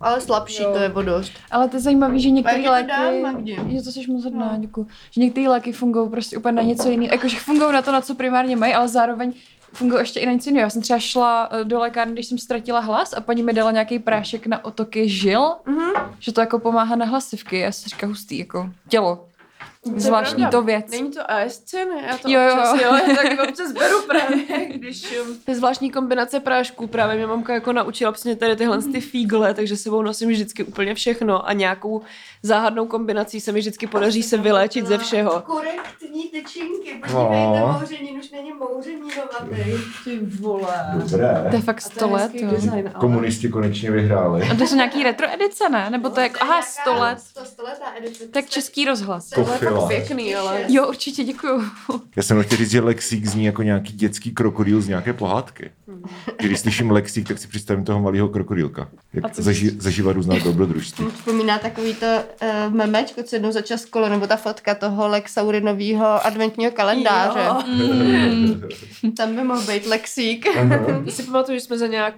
Ale slabší to je o dost. Ale to je zajímavé, že některé léky... Že to jsi moc hodná, děkuji. Že některé léky fungují prostě úplně na něco jiného. Jakože fungují na to, na co primárně mají, ale zároveň fungují ještě i na něco jiného. Já jsem třeba šla do lékárny, když jsem ztratila hlas a paní mi dala nějaký prášek na otoky žil, že to jako pomáhá na hlasivky. Já si říkám hustý, jako tělo. Zvláštní to věc. Není to ASC, ne? Já to jo. já tak občas beru právě, když to je zvláštní kombinace prášků. Právě mě mamka jako naučila přesně tady tyhle ty fígle, takže sebou nosím vždycky úplně všechno a nějakou záhadnou kombinací se mi vždycky podaří se vyléčit ze všeho. Korektní tyčinky, podívejte, mouřenín už není mouřenínovatý. Ty vole. Dobré. To je fakt 100 let, jo. Komunisti konečně vyhráli. A to jsou nějaký retro edice, ne? Nebo to je jako, 100 let. 100letá edice. Tak Český rozhlas. Kofila. Pěkný, ale... Jo, určitě, děkuju. Já jsem chtěl říct, že Lexík zní jako nějaký dětský krokodýl z nějaké pohádky. Když slyším Lexík, tak si představím toho malého krokodýlka. Jak zažívá různá dobrodružství. Vzpomíná takový to memečko, co jednou za čas kolo, nebo ta fotka toho Lexaurinovýho adventního kalendáře. Tam by mohl být Lexík. Já si pamatuju, že jsme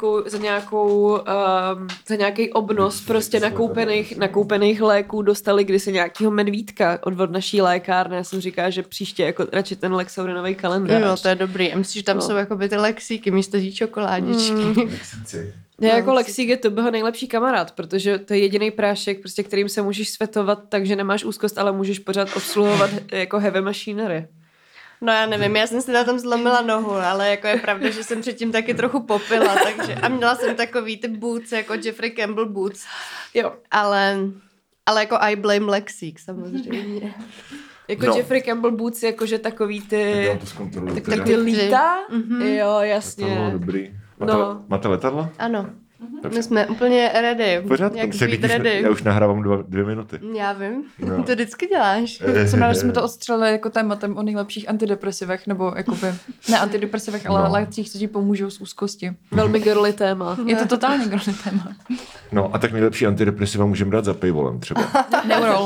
za nějaký obnos prostě nakoupených léků dostali kdysi nějakýho medvídka od naší lékárny. Já jsem říkala, že příště jako radši ten Lexaurinový kalendář. Jo, to je dobrý. A myslím, že tam jsou jakoby ty Lexíky místo tí čokoládičky. Já jako Lexík je to byl nejlepší kamarád, protože to je jediný prášek, prostě, kterým se můžeš svetovat, takže nemáš úzkost, ale můžeš pořád obsluhovat jako heavy machinery. No já nevím, já jsem si na tom zlomila nohu, ale jako je pravda, že jsem předtím taky trochu popila, takže a měla jsem takový ty boots, jako Jeffrey Campbell boots. Jo. Ale jako I blame Lexík samozřejmě. Jako No. Jeffrey Campbell boots, jakože takový ty... Já to zkontroluji. Tak ty líta? Jo, To jasně. bylo dobrý. Máte letadlo? Ano. My jsme úplně ready. Pořád Jak se být vidíš, ready. já už nahrávám 2 minuty. Já vím, No. to vždycky děláš. Jsem ráda, že jsme to odstřelili jako tématem o nejlepších antidepresivech, nebo jakoby, ne antidepresivech, ale lécích, co ti pomůžou z úzkosti. Velmi girly téma. Je to totálně girly téma. No a tak nejlepší antidepresiva můžeme dát za paywallem třeba. Neurol.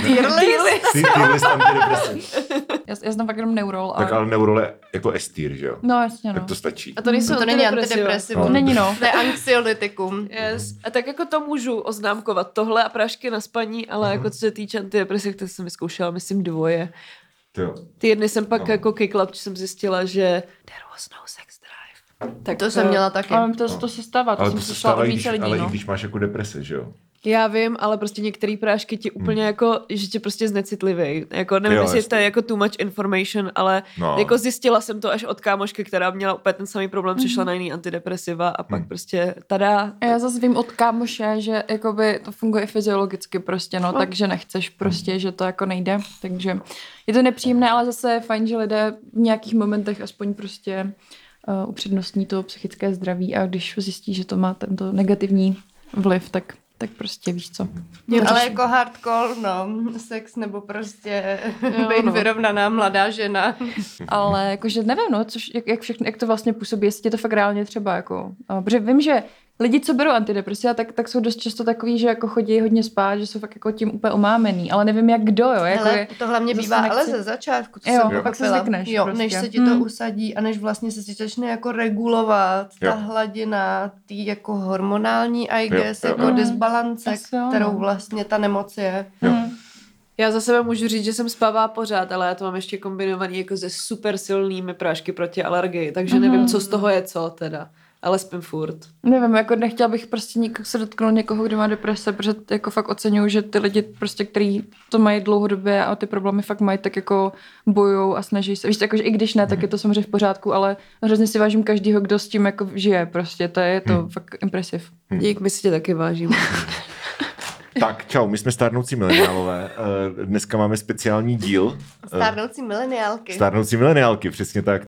Týrlist antidepresiv. Já znám fakt jenom Neurol. Tak ale Neurol je jako estýr, že jo? No jasně, no. Tak to stačí. A to nejsou To není antidepresiva. antidepresivum. Není, no. To je anxiolytikum. Yes. A tak jako to můžu oznámkovat tohle a prášky na spaní, ale jako co se týče antidepresiv, tak jsem vyzkoušela, myslím, 2. Jo. Ty jedny jsem pak jako kikla, protože jsem zjistila, že there was no sex drive. Tak To jsem měla taky. Ale to se stává, to Ale jsem to se slyšela stává, od více lidí, ale i no. když máš jako deprese, že jo? Já vím, ale prostě některé prášky ti úplně jako, že tě prostě znecitlivý. Jako nevím, Jo, jestli jasně. to je jako too much information, ale jako zjistila jsem to až od kámošky, která měla úplně ten samý problém, přišla na jiný antidepresiva a pak prostě tada. A já zase vím od kámoše, že jakoby to funguje i fyziologicky prostě, no, takže nechceš prostě, že to jako nejde, takže je to nepříjemné, ale zase je fajn, že lidé v nějakých momentech aspoň prostě upřednostní to psychické zdraví a když zjistí, že to má tento negativní vliv, tak prostě víš co. Ale jako hardcore, no, sex nebo prostě být vyrovnaná mladá žena. Ale jakože nevím, no, jak to vlastně působí, jestli tě to fakt reálně třeba jako, protože vím, že lidi, co berou antidepresiva, tak jsou dost často takový, že jako chodí hodně spát, že jsou fakt jako tím úplně omámený, ale nevím jak kdo, jo. Jako hele, to hlavně bývá, ale ze začátku, co jsem pak se zvykneš jo, prostě. než se ti to usadí a než vlastně se začne jako regulovat ta hladina, tý jako hormonální, I guess, jako disbalance, kterou vlastně ta nemoc je. Já za sebe můžu říct, že jsem spavá pořád, ale já to mám ještě kombinovaný jako se super silnými prášky proti alergii, takže nevím, co z toho je co teda. Ale spím furt. Nevím, jako nechtěla bych prostě se dotknout někoho, kdo má deprese, protože jako fakt oceňuju, že ty lidi prostě, kteří to mají dlouhodobě a ty problémy fakt mají, tak jako bojujou a snaží se. Víš, jakože i když ne, tak je to samozřejmě v pořádku, ale hrozně si vážím každýho, kdo s tím jako žije prostě, to je to fakt impresiv. Dík, my si tě taky vážíme. Tak, čau, my jsme stárnoucí mileniálové. Dneska máme speciální díl. Stárnoucí mileniálky. Stárnoucí mileniálky, přesně tak.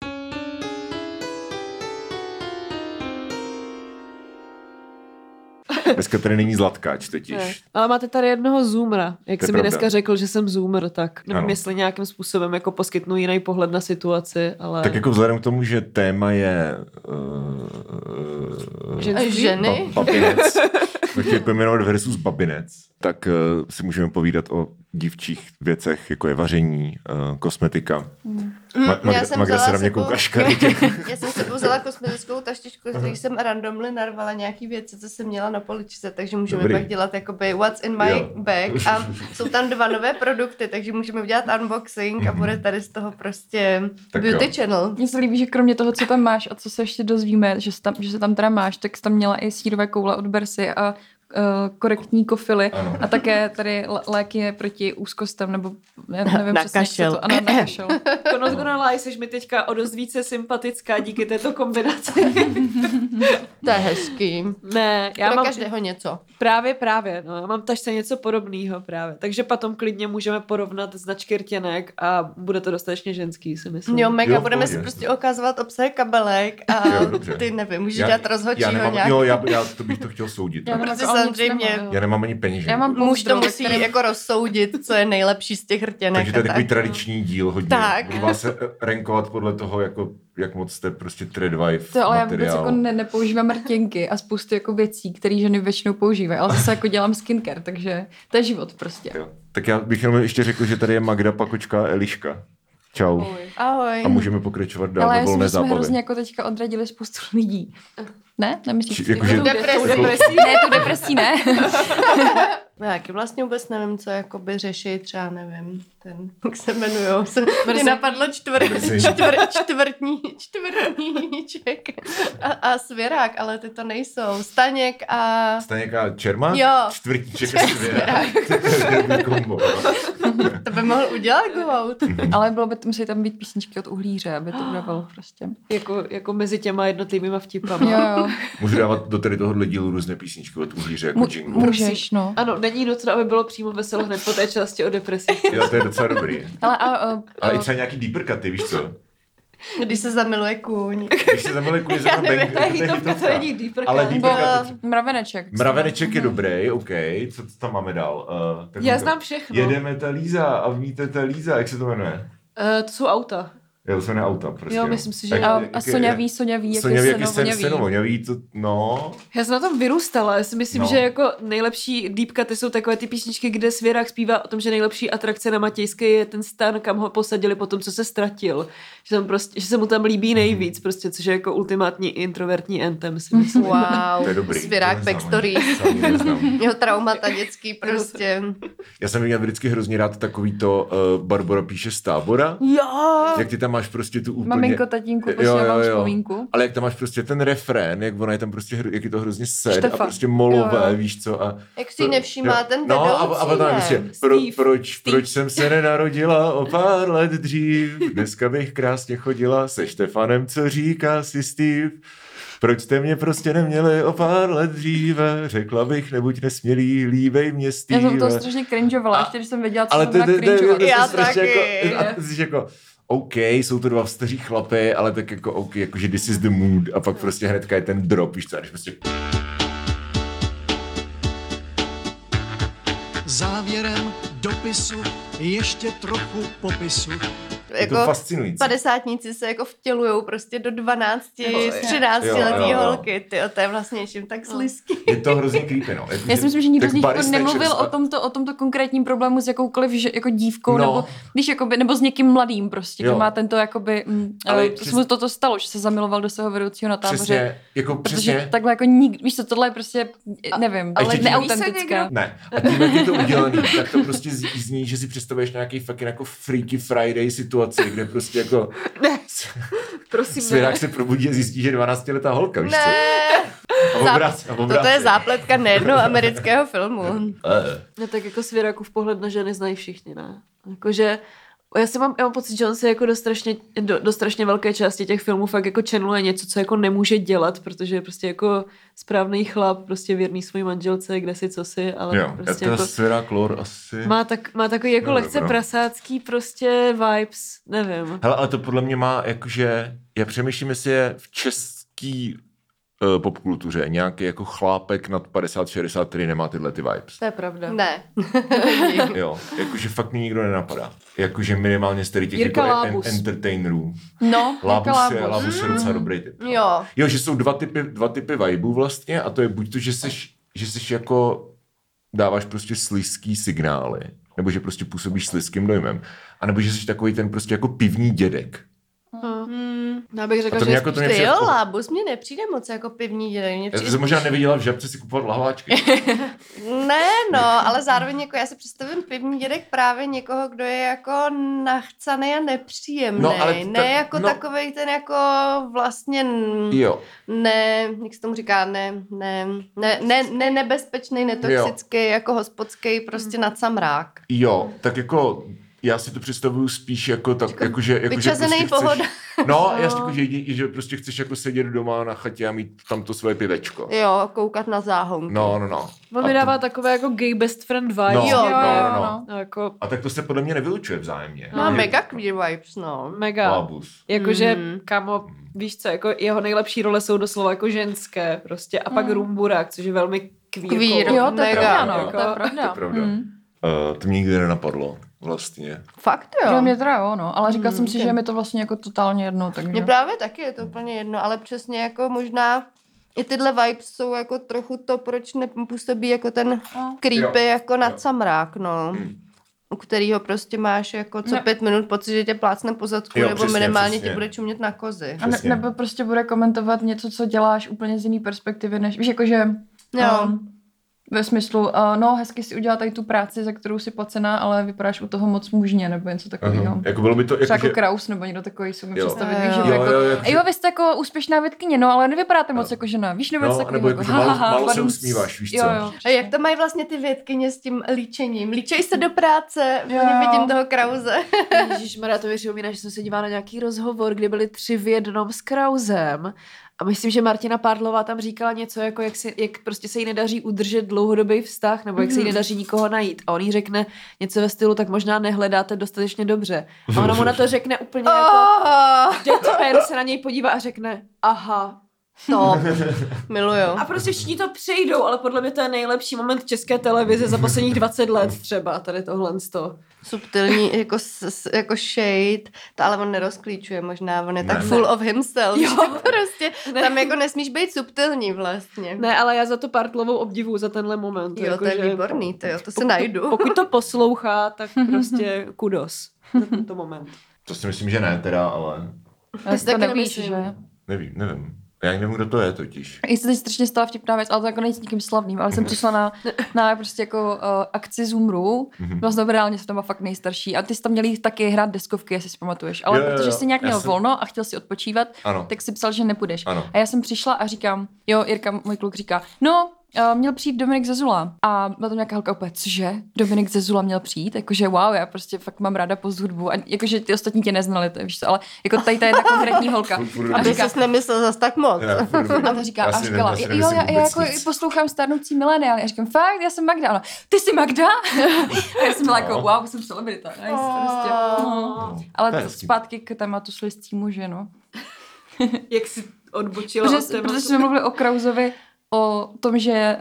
Dneska tady není Zlatkáč totiž. Ne. Ale máte tady jednoho zoomera. Jak jsi mi pravda. dneska řekl, že jsem zoomer, tak nevím, Ano. jestli nějakým způsobem jako poskytnu jiný pohled na situaci, ale... Tak jako vzhledem k tomu, že téma je ženy. babinec, tak chtěli pojmenovat versus babinec, tak si můžeme povídat o dívčích věcech, jako je vaření, kosmetika. Já jsem Magda vzala se na mě sebou- kouká škaredě. Já jsem sebou vzala kosmetickou taštičku, z kterých jsem randomly narvala nějaký věci, co jsem měla na poličce, takže můžeme Dobrý. pak dělat jakoby what's in my Jo. bag a jsou tam 2 nové produkty, takže můžeme udělat unboxing a bude tady z toho prostě Tak beauty jo. channel. Mně se líbí, že kromě toho, co tam máš a co se ještě dozvíme, že se tam teda máš, tak jsi tam měla i sírové koule od Bersy a korektní kofily Ano. a také tady léky proti úzkostem, nebo já nevím Na přesně, kašel. co to. Ano, na kašel. Not gonna lie, jsi mi teďka o dost více sympatická díky této kombinaci. To je hezký. Ne, já Pro mám každého něco. právě, no, já mám tašce něco podobného právě. Takže potom klidně můžeme porovnat značky rtěnek a bude to dostatečně ženský, si myslím. Jo, mega, Jo, v budeme si pohodě. prostě ukazovat obsah kabelek a Jo, dobře. ty nevím, můžeš Já- dělat já rozhodčího nemám, nějak. jo, já to bych to chtěl soudit. Já tak. mám Prostě jako, ale nic samozřejmě- nemám, jo. Já nemám ani peněženku. Já mám Muž to pouzdro, musí kterým- jako rozsoudit, co je nejlepší z těch hrtěnek. Takže to je a takový tak. tradiční díl hodně. Tak. Budu vás rankovat podle toho, jako, jak moc jste prostě tradwife To, ale já vůbec materiál. jako nepoužívám rtěnky a spoustu jako věcí, které ženy většinou používají, ale zase jako dělám skincare, takže to je život prostě. Jo. Tak já bych jenom ještě řekl, že tady je Magda, Pakočka a Eliška. Čau. Ahoj. A můžeme pokračovat dál Ale ve já myslím, volné že jsme zábavě. hrozně jako teďka odradili spoustu lidí. Ne? Nemyslíš? Jakože- Tu depresi. Ne, tu depresí ne. Já taky vlastně vůbec nevím, co jakoby řeší, třeba nevím, jak se jmenujou. Mě Mrzení. napadlo Mrzení. čtvrtníček a svěrák, ale ty to nejsou. Staněk a... Staněk a Čermák? Jo. Čtvrtíček a svěrák. To je dobrý kombo. No. To by mohl udělat Goat. Ale bylo by to, musí tam být písničky od Uhlíře, aby to udávalo prostě. Jako mezi těma jednotlivýma vtipama. Jo. Můžu dávat do tady tohohle dílu různé písničky od Uhlíře jako jingle. Můžeš, no. Ano, není nutno, aby bylo přímo veselo hned po té části o depresi. Jo, to je docela dobrý. Ale Ale i třeba nějaký deeper cuty, víš co? Když se zamiluje kůň. Když se zamiluje kvůli za nevím, bank, To je hitovka, to není deeper Ale cut. deeper Bo- cuty. Mraveneček. Mraveneček je dobrý, OK. Co tam máme dál? Tak Já to- znám všechno. Jedeme ta Líza a v ní ta Líza, jak se to jmenuje? To jsou auta. Jo, to se jmenuje auta prostě. Jo, myslím si, že Jak- jo. A jak- Soňavý, Soňavý, jak je Senovoňavý. Senovoňavý, to, no. Já jsem na tom vyrůstala, já si myslím, No. že jako nejlepší deep cuty jsou takové ty písničky, kde Svěrák zpívá o tom, že nejlepší atrakce na Matějské je ten stan, kam ho posadili po tom, co se ztratil. Že se mu tam líbí nejvíc, prostě, což je jako ultimátní introvertní anthem, si myslím. Wow. To je dobrý. Svěrák To neznám, backstory. to ani neznám. Jeho traumata dětský prostě. Já jsem měl vždycky hrozně rád takový to Barbara píše z Tábora. Jo! Jak ty tam máš prostě tu úplně... Maminko, tatínku, pošle vám vzpomínku. Ale jak tam máš prostě ten refrén, jak ona je tam prostě, jak je to hrozně sad Štefan. a prostě molové, Jo. víš co. A Jak si nevšímá ten no, vedoucí, a potom ne? prostě, proč jsem se nenarodila o pár let dřív, dneska bych krásně chodila se Štefanem, co říká si Steve. Proč jste mě prostě neměli o pár let dříve, řekla bych, nebuď nesmělý, líbej mě Já Steve. jsem to strašně cringeovala, A- ještě když jsem věděla, co Ale znamená to cringeovat. Já strašně taky. jako, a ty jsi jako, OK, jsou to dva staří chlapy, ale tak jako OK, jakože this is the mood a pak prostě hnedka je ten drop, víš co, a když prostě Závěrem dopisu ještě trochu popisu. je to fascinující. 50níci se jako vtělujou prostě do 12, Jo, 13 jo, letý jo. holky. Tyjo, to je vlastně něčím tak slizký. Je to hrozně creepy, no. Já si myslím, že nikdo tak z nich jako Barry nemluvil Snatchers o tomto konkrétním problému s jakoukoliv jako dívkou, No. nebo když jakoby, nebo s někým mladým prostě, kdo Jo. má tento jakoby, Ale ale přes- se mu toto stalo, že se zamiloval do svého vedoucího na táboře. Přesně, jako Protože přesně. takhle jako nikdy, víš co, tohle je prostě, nevím, ale ale tím- neautentická. Ne. A tím, jak je to udělaný, tak to prostě zní, že si představuješ nějaký fucking jako Freaky Friday situaci, kde prostě jako Prosím, svěrák se probudí a zjistí, že je 12letá holka, víš co? Ne, A toto je zápletka nejednoho amerického filmu. No tak jako Svěrákův pohled na ženy znají všichni, ne? Jakože já mám pocit, že on se jako do strašně velké části těch filmů fakt jako channeluje něco, co jako nemůže dělat, protože je prostě jako správný chlap, prostě věrný svojí manželce, kde si co si, ale Jo, prostě to jako svěrák lore asi. má takový jako No, lehce dobro. prasácký prostě vibes, nevím. Hele, ale to podle mě má jakože, já přemýšlím, jestli je v český popkultuře nějaký jako chlápek nad 50-60, který nemá tyhle ty vibes. To je pravda. Ne. Jo, jakože fakt mi nikdo nenapadá. Jakože minimálně z tady těch Jirka jako Lábus. entertainerů. No, Lábus je docela dobrý typ. Jo. Jo, že jsou dva typy vibeů vlastně a to je buď to, že seš jako dáváš prostě slizký signály, nebo že prostě působíš s lidským dojmem, anebo že jsi takový ten prostě jako pivní dědek. Já bych A řekla, to že mě jako to mě Ty přijde jo, v Lábus mě nepřijde moc jako pivní dědek. Mně Já přijde jsem možná neviděla v Žabce si kupovat lahváčky. Ne, no, ale zároveň jako já si představím pivní dědek právě někoho, kdo je jako nachcanej a nepříjemný. No, ale ne jako no. takovej ten jako vlastně Jo. ne, jak se tomu říká, ne nebezpečný, netoxický, jako hospodský, prostě nadsamrák. Jo, tak jako já si to představuju spíš jako tak, jakože vyčazený prostě pohoda. No, já si jako, že prostě chceš jako sedět doma na chatě a mít tam to svoje pivečko. Jo, koukat na záhonky. No. On mi dává takové jako gay best friend vibe. No, Jo, no. No, jako A tak to se podle mě nevylučuje vzájemně. Má mega queer vibes, no. mega. Lábus. Jakože, kámo, víš co, jako jeho nejlepší role jsou doslova jako ženské prostě. A pak Rumburák, což je velmi Queer. queer. Jo, to je Mega. pravda, no, Jako- to je pravda. To je pravda. To mě nikdy nenapadlo, vlastně. Fakt Jo, jo. mě teda jo, no, ale říkala jsem si, že je mi to vlastně jako totálně jedno, takže... Mně právě taky je to úplně jedno, ale přesně jako možná i tyhle vibes jsou jako trochu to, proč nepůsobí jako ten creepy jako nadsamrák, no. U kterýho prostě máš jako co 5 minut pocit, že tě plácne po zadku, Jo, nebo přesně, minimálně přesně. ti bude čumět na kozy. A Přesně. nebo prostě bude komentovat něco, co děláš úplně z jiný perspektivy, než, víš, jakože... Jo. Ve smyslu, no hezky si udělá tady tu práci, za kterou si placená, ale vypadáš u toho moc mužně, nebo něco takového. Jako bylo by to, Třeba jako, jako Kraus, nebo někdo takový si umím Jo. představit, Jo, víš, že jo, by jako, jo, vy jste jako úspěšná vědkyně, no, ale nevypadáte moc jako žena, víš, nebo něco no, takového. nebo jako, že málo se usmíváš, víš co? Jo. A jak to mají vlastně ty vědkyně s tím líčením? Líčej se do práce, Jo. vidím toho Krause. Ježišmarja, to mi připomíná, že jsem se dívala na nějaký rozhovor, kde byli 3 v jednom s Krausem. A myslím, že Martina Pádlová tam říkala něco, jako jak prostě se jí nedaří udržet dlouhodobý vztah, nebo jak se jí nedaří nikoho najít. A on jí řekne něco ve stylu, tak možná nehledáte dostatečně dobře. A ona mu na to řekne úplně jako deadpan, se na něj podívá a řekne, aha. To miluju. A prostě všichni to přejdou, ale podle mě to je nejlepší moment české televize za posledních 20 let třeba, tady tohle z toho. Subtilní, jako shade, to ale on nerozklíčuje možná, on je tak Ne. full of himself, Jo. že prostě tam jako nesmíš být subtilní vlastně. Ne, ale já za to Partlovou obdivuju, za tenhle moment. Jo, jako, to je že výborný, to se najdu. Pokud to poslouchá, tak prostě kudos na tento moment. To si myslím, že ne teda, ale Já si to taky nevíš, nemyslím. že? nevím. Já nevím, kdo to je totiž. Jí se teď strašně stala vtipná věc, ale to jako není s nikým slavným, ale jsem přišla na prostě jako akci Zoomru, vlastně reálně jsem tam byla fakt nejstarší a ty jsi tam měli taky hrát deskovky, jestli si pamatuješ, ale Jo, protože jsi nějak já měl jsem- volno a chtěl si odpočívat, Ano. tak si psal, že nepůjdeš. Ano. A já jsem přišla a říkám, jo, Jirka, můj kluk říká, no, měl přijít Dominik Zezula. A byla tam nějaká holka úplně, cože? Dominik Zezula měl přijít? Jakože wow, já prostě fakt mám ráda post hudbu. A jakože ty ostatní tě neznali, to, víš co, ale jako tady ta jedna konkrétní holka. Furt- A ty jsi nemyslel zas tak moc. Já furt- A ta říká, já a si říkala, já si jo, nemyslím já vůbec jako nic. poslouchám starnoucí mileniály. Já říkám, fakt, já jsem Magda. Ona, ty jsi Magda? A já jsem byla jako, wow, jsem celebrita. Nice, prostě. No. To Ale je hezký. zpátky k tématu slizcí muže, no. Jak jsi odbočila od tématu? Protože jsme mluvili o Krausovi, o tom, že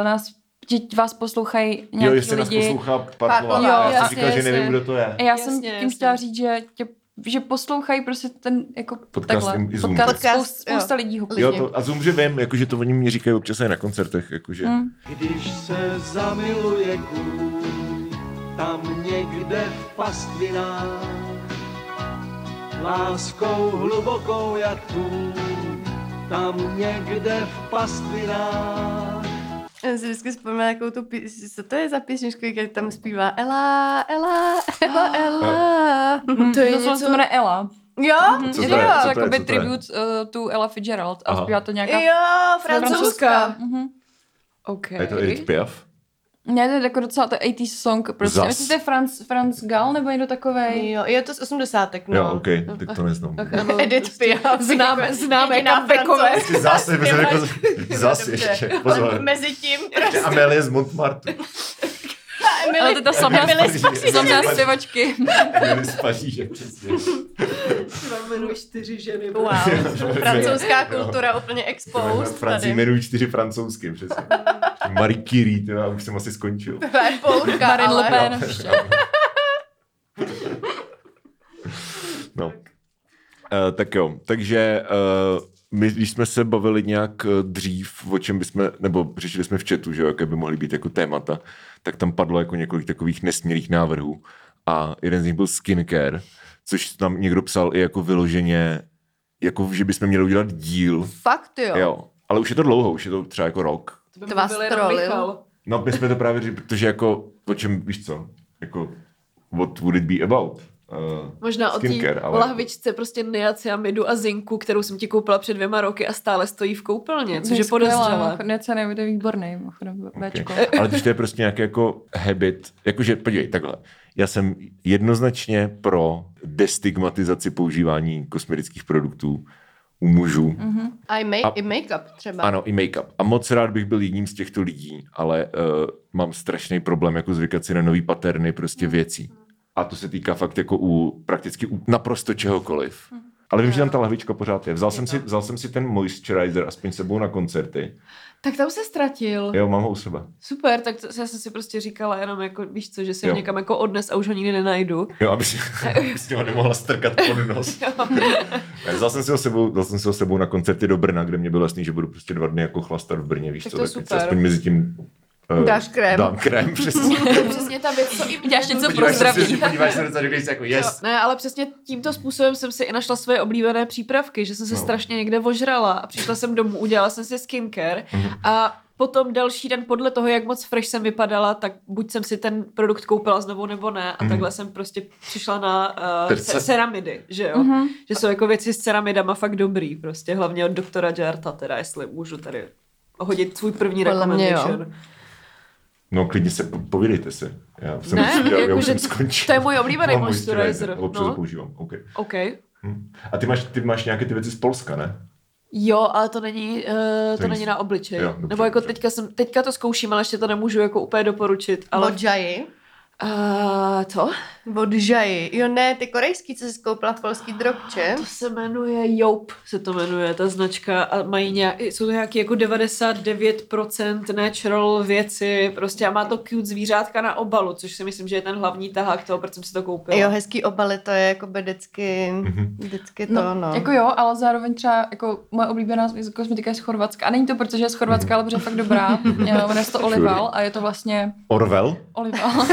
vás poslouchají Jo, nějaký jestli nás lidi. poslouchá Pardlová. Partlova. Já jsem Jasně, říkal, že nevím, jasně. kdo to je. A já jsem Jasně, tím jasně. chtěla říct, že poslouchají prostě ten jako Podcast takhle. i Zoom. Podcast, Spousta jo. lidí ho Jo, to, a Zoom, že vím, jakože to oni mě říkají občas i na koncertech, jakože. Když se zamiluje kůň, tam někde v pastvinách, láskou hlubokou jak kůň, tam někde v pastvinách. Já si vždycky vzpomínám, jakou tu co to je za písničku, jak tam zpívá Ela, Ela, Ela, Ela. To je to něco... se jmenuje Ela. Jo? Co Je to to je? Co to je? jakoby Co to je? tribute to Ella Fitzgerald a Aha. zpívá to nějaká... Jo, francouzská. Okay. A je to Edith Piaf? Ne, to je jako docela to 80s song, prostě. Zas. Myslím, že to je Franz Gall nebo někdo takovej. Jo, je to z 80. no. Jo, OK, tak to neznám. Edith Piaf. Známe jediná comebackové. francouzská. Zase, protože jako zase Dobře. ještě, pozor. Mezi tím Ještě Amélie z Montmartre. Ale to je ta samá Emily zpěvačky. Emily z Paříže, přesně. Jmenuji 4 ženy. Wow, francouzská kultura úplně exposed Francii tady. jmenují 4 francouzsky, přesně. Marie Curie, teda už jsem asi skončil. Polka, Marine Le ale... Pen. No. Tak jo, takže my, když jsme se bavili nějak dřív, o čem bychom, nebo řešili jsme v chatu, že jaké by mohly být jako témata, tak tam padlo jako několik takových nesmělých návrhů. A jeden z nich byl skincare, což tam někdo psal i jako vyloženě, jako že bychom měli udělat díl. Fakt jo. Ale už je to dlouho, už je to třeba jako rok. To vás trolil. No, my jsme to právě říkali, protože jako, o čem, víš co, jako, what would it be about? Možná o té lahvičce prostě niacinamidu a zinku, kterou jsem ti koupila před 2 roky a stále stojí v koupelně, což je podezřelé. Niacinamid je výborný. Okay. Ale když to je prostě nějaký jako habit, jakože, podívej, takhle, já jsem jednoznačně pro destigmatizaci používání kosmetických produktů u mužů. A i make-up třeba. Ano, i make-up. A moc rád bych byl jedním z těchto lidí, ale mám strašný problém jako zvykat si na nový paterny prostě věcí. A to se týká fakt jako prakticky naprosto čehokoliv. Ale vím, že tam ta lahvička pořád je. Vzal jsem si ten moisturizer aspoň sebou na koncerty. Tak tam se ztratil. Jo, mám ho u sebe. Super, tak já jsem si prostě říkala jenom jako, víš co, že si ho někam jako odnes a už ho nikdy nenajdu. Jo, aby si ho nemohla strkat pod nos. Vzal jsem si ho sebou na koncerty do Brna, kde mě bylo jasný, že budu prostě 2 dny jako chlastat v Brně, víš tak co, to tak super. aspoň mezi tím dáš krém. Dám krém, přesně. Přesně ta věc, co jim děláš něco pro zdraví. Podíváš se na to, řekneš si jako yes. Ne, ale přesně tímto způsobem jsem si i našla svoje oblíbené přípravky, že jsem se strašně někde ožrala a přišla jsem domů, udělala jsem si skincare a potom další den podle toho, jak moc fresh jsem vypadala, tak buď jsem si ten produkt koupila znovu nebo ne a takhle jsem prostě přišla na ceramidy, že jo? Že jsou jako věci s ceramidama fakt dobrý, prostě hlavně od doktora Jarta, teda jestli můžu tady hodit svůj první recommendation. No, klidně se povídejte si. Já už jsem skončil. To je můj oblíbený moisturizer. Občas ho používám. Okay. A ty máš nějaké ty věci z Polska, ne? Jo, ale to není na obličej. Jo, dobře, nebo jako teďka to zkouším, ale ještě to nemůžu jako úplně doporučit. Ale... Od Jaji? Co? Od Jaji. Jo ne, ty korejský, co jsi koupila v polský drogče. To se jmenuje Joop, se to jmenuje, ta značka a mají jsou to nějaký jako 99% natural věci, prostě a má to cute zvířátka na obalu, což si myslím, že je ten hlavní tahák toho, proč jsem si to koupila. Jo, hezký obaly, to je jako vždycky to, no. Jako jo, ale zároveň třeba jako moje oblíbená kosmetika je z Chorvatska. A není to, protože je z Chorvatska, ale protože je fakt dobrá. Jmenuje se to Olival a je to vlastně... Orwell? Olival.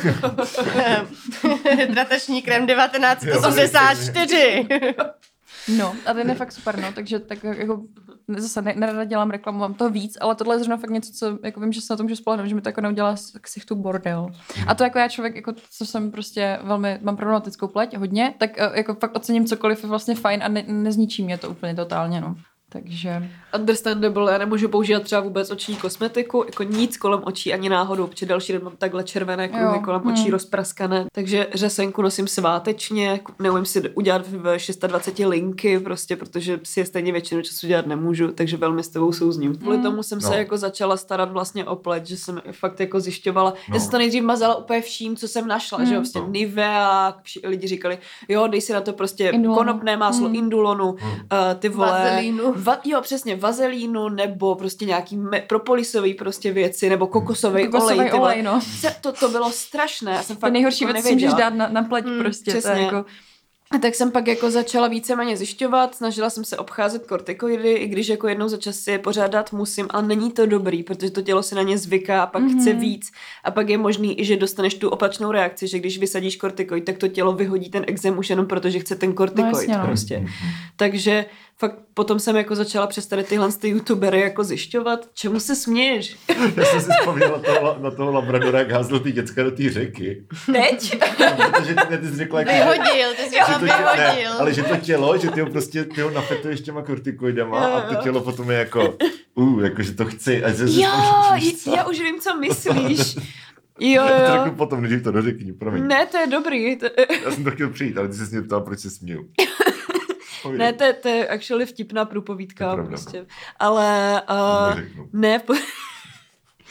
Hydratační krém 1984. No, a ten je fakt super, no, takže tak jako zase nerada dělám reklamu, mám to víc, ale tohle je zrovna fakt něco, co jako vím, že se na tom můžu spolehnout, že mi to jako neudělá ksichtu bordel. A to jako já člověk, jako co jsem prostě velmi, mám problematickou pleť hodně, tak jako fakt ocením cokoliv je vlastně fajn a nezničí mě to úplně totálně, no. Takže... Understandable, já nemůžu používat třeba vůbec oční kosmetiku, jako nic kolem očí ani náhodou, protože další den mám takhle červené kruhy kolem očí rozpraskané, takže řasenku nosím svátečně, neumím si udělat v 26 linky, prostě, protože si je stejně většinu času dělat nemůžu, takže velmi s tebou souzním. Kvůli tomu jsem se jako začala starat vlastně o pleť, že jsem fakt jako zjišťovala. Já jsem to nejdřív mazala úplně vším, co jsem našla, že jo, prostě Nivea, lidi říkali, jo, dej si na to prostě konopné máslo Indulonu, ty vole, jo, přesně, vazelínu, nebo prostě nějaký propolisový prostě věci, nebo kokosový olej. No. To bylo strašné. Já jsem fakt nejhorší věc, co můžeš dát na pleť prostě. Přesně. To jako... A tak jsem pak jako začala víceméně zjišťovat, snažila jsem se obcházet kortikoidy, i když jako jednou za čas si je pořád dát musím, ale není to dobrý, protože to tělo si na ně zvyká a pak chce víc. A pak je možný i, že dostaneš tu opačnou reakci, že když vysadíš kortikoid, tak to tělo vyhodí ten exém už jenom proto, že chce ten kortikoid prostě. Takže fakt potom jsem jako začala přes tady tyhle youtubery jako zjišťovat, čemu se směješ? Já jsem si vzpomněla na toho labradora, jak házl ty děcka do té řeky. Teď? No, protože ty jsi řekla, vyhodil, ty jsi ho vyhodil. Ale že to tělo, že ty ho nafetuješ těma kortikoidama a to tělo potom je jako, že to chci. Já už vím, co myslíš. Jo. To řeknu potom, než to dořekni, promiň. Ne, to je dobrý. Já jsem to chtěl přijít, ale ty jsi mě ptal, proč se směju. Ne, to je actually vtipná průpovídka prostě. Ale ne,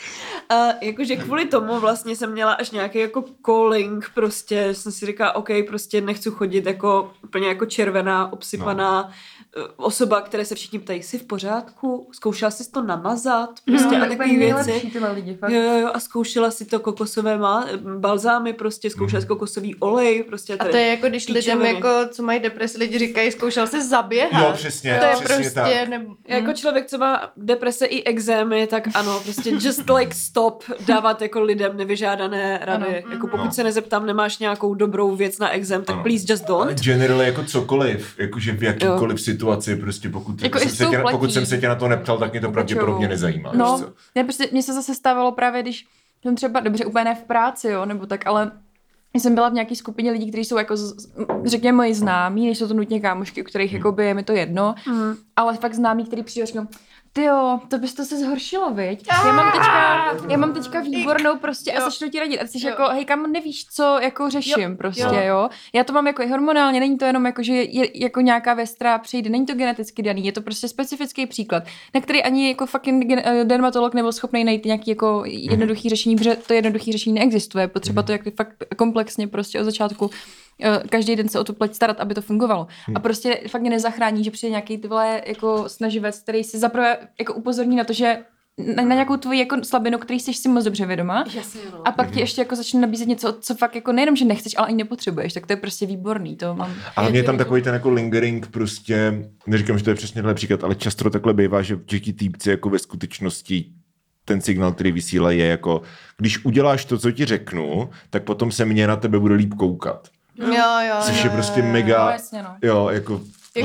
A jakože kvůli tomu vlastně jsem měla až nějaký jako calling, prostě jsem si říkala, OK, prostě nechci chodit jako úplně jako červená, obsypaná osoba, které se všichni ptají, jsi v pořádku? Zkoušela jsi to namazat? Prostě a takové věci. Lidi, fakt. Jo, a zkoušela si to kokosové balzámy, prostě zkoušela si kokosový olej, prostě. A to je jako, když lidem, jako, co mají depresi, lidi říkají, zkoušel se zaběhat. Jo, přesně. To je přesně prostě... tak. Jako člověk, co má deprese i exémy, tak ano, prostě just like stop dávat jako lidem nevyžádané rady. Ano. Jako pokud se nezeptám, nemáš nějakou dobrou věc na exém, tak please just Ale don't. generally jako cokoliv, jakože v jakýkoliv situaci, prostě pokud jsem se tě na to neptal, tak mě to pravděpodobně nezajímá. No, prostě mně se zase stávalo právě, když jsem třeba, dobře, úplně ne v práci, jo, nebo tak, ale jsem byla v nějaké skupině lidí, kteří jsou jako, řekněme, moji známí, nejsou to nutně kámošky, u kterých jakoby je mi to jedno, ale fakt známí, který přijde a říkám, tyjo, to bys to se zhoršilo, viď? Já mám teďka výbornou prostě a začnu ti radit. A ty jsi jako, hej, kam nevíš, co jako řeším prostě, jo. Já to mám jako i hormonálně, není to jenom jako, že je jako nějaká věc, která přijde, není to geneticky daný, je to prostě specifický příklad, na který ani jako fucking dermatolog nebyl schopný najít nějaký jako jednoduchý řešení, protože to jednoduchý řešení neexistuje, potřeba to jako fakt komplexně prostě od začátku každý den se o tu pleť starat, aby to fungovalo. A prostě fakt mě nezachrání, že přijde nějaký tyhle jako snaživec, který si zaprvé jako upozorní na to, že na nějakou tvoji jako slabinu, který jsi si moc dobře vědoma. Jasně, no. A pak ti ještě jako začne nabízet něco, co fakt jako nejenom, že nechceš, ale ani nepotřebuješ, tak to je prostě výborný. To mám. Ale mě tam takový ten jako lingering prostě, neříkám, že to je přesně tenhle příklad, ale často takhle bývá, že ti týpci jako ve skutečnosti ten signál, který vysílají, je jako, když uděláš to, co ti řeknu, tak potom se mě na tebe bude líp koukat. Jo. Což je prostě mega, No, jasně, no. jo, jako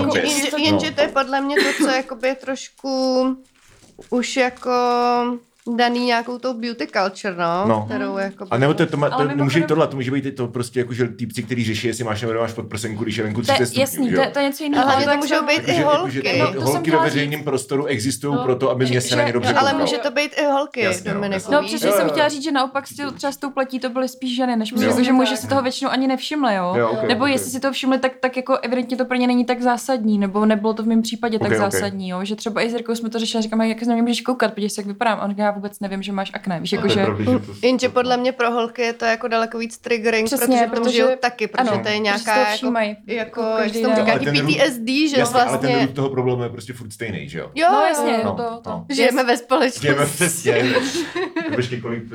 Jenže to je podle mě to, co jakoby je trošku už jako daný nějakou tou beauty culture, no. Kterou jako... A nebo to může být tohle, to může být i to prostě jako, že týpci, který řeší, jestli máš nebo nemáš podprsenku, když je venku 30 stupňů. Jasný, to je něco jiného. Ale to můžou být i holky. Holky ve veřejném prostoru existují proto, aby mě se na ně dobře ale koukalo. může to být i holky, Dominiku. No přesně jsem chtěla říct, že naopak třeba s tou pletí to byly spíš ženy, než muži, že muži si toho většinou ani nevšimli, jo. Nebo jestli si to všimli, tak jako evidentně to pro ně není tak zásadní, nebo nebylo to v mém případě tak zásadní, jo, že třeba i s Jirkou jsme to řešili, říkám, jak se na mě můžeš koukat, podívej se, jak vypadám, a on říká, já vůbec nevím, že máš akné, víš, jakože jenže podle mě pro holky je to jako daleko víc triggering, přesně, protože žijou taky, protože ano, to je nějaká jako jak se tomu říká, PTSD, že jasně, vlastně... ale ten druh toho problému je prostě furt stejný, že jo? Jo, no jasně, to. Žijeme ve společnosti. Žijeme přesně. Počkej, kolik to?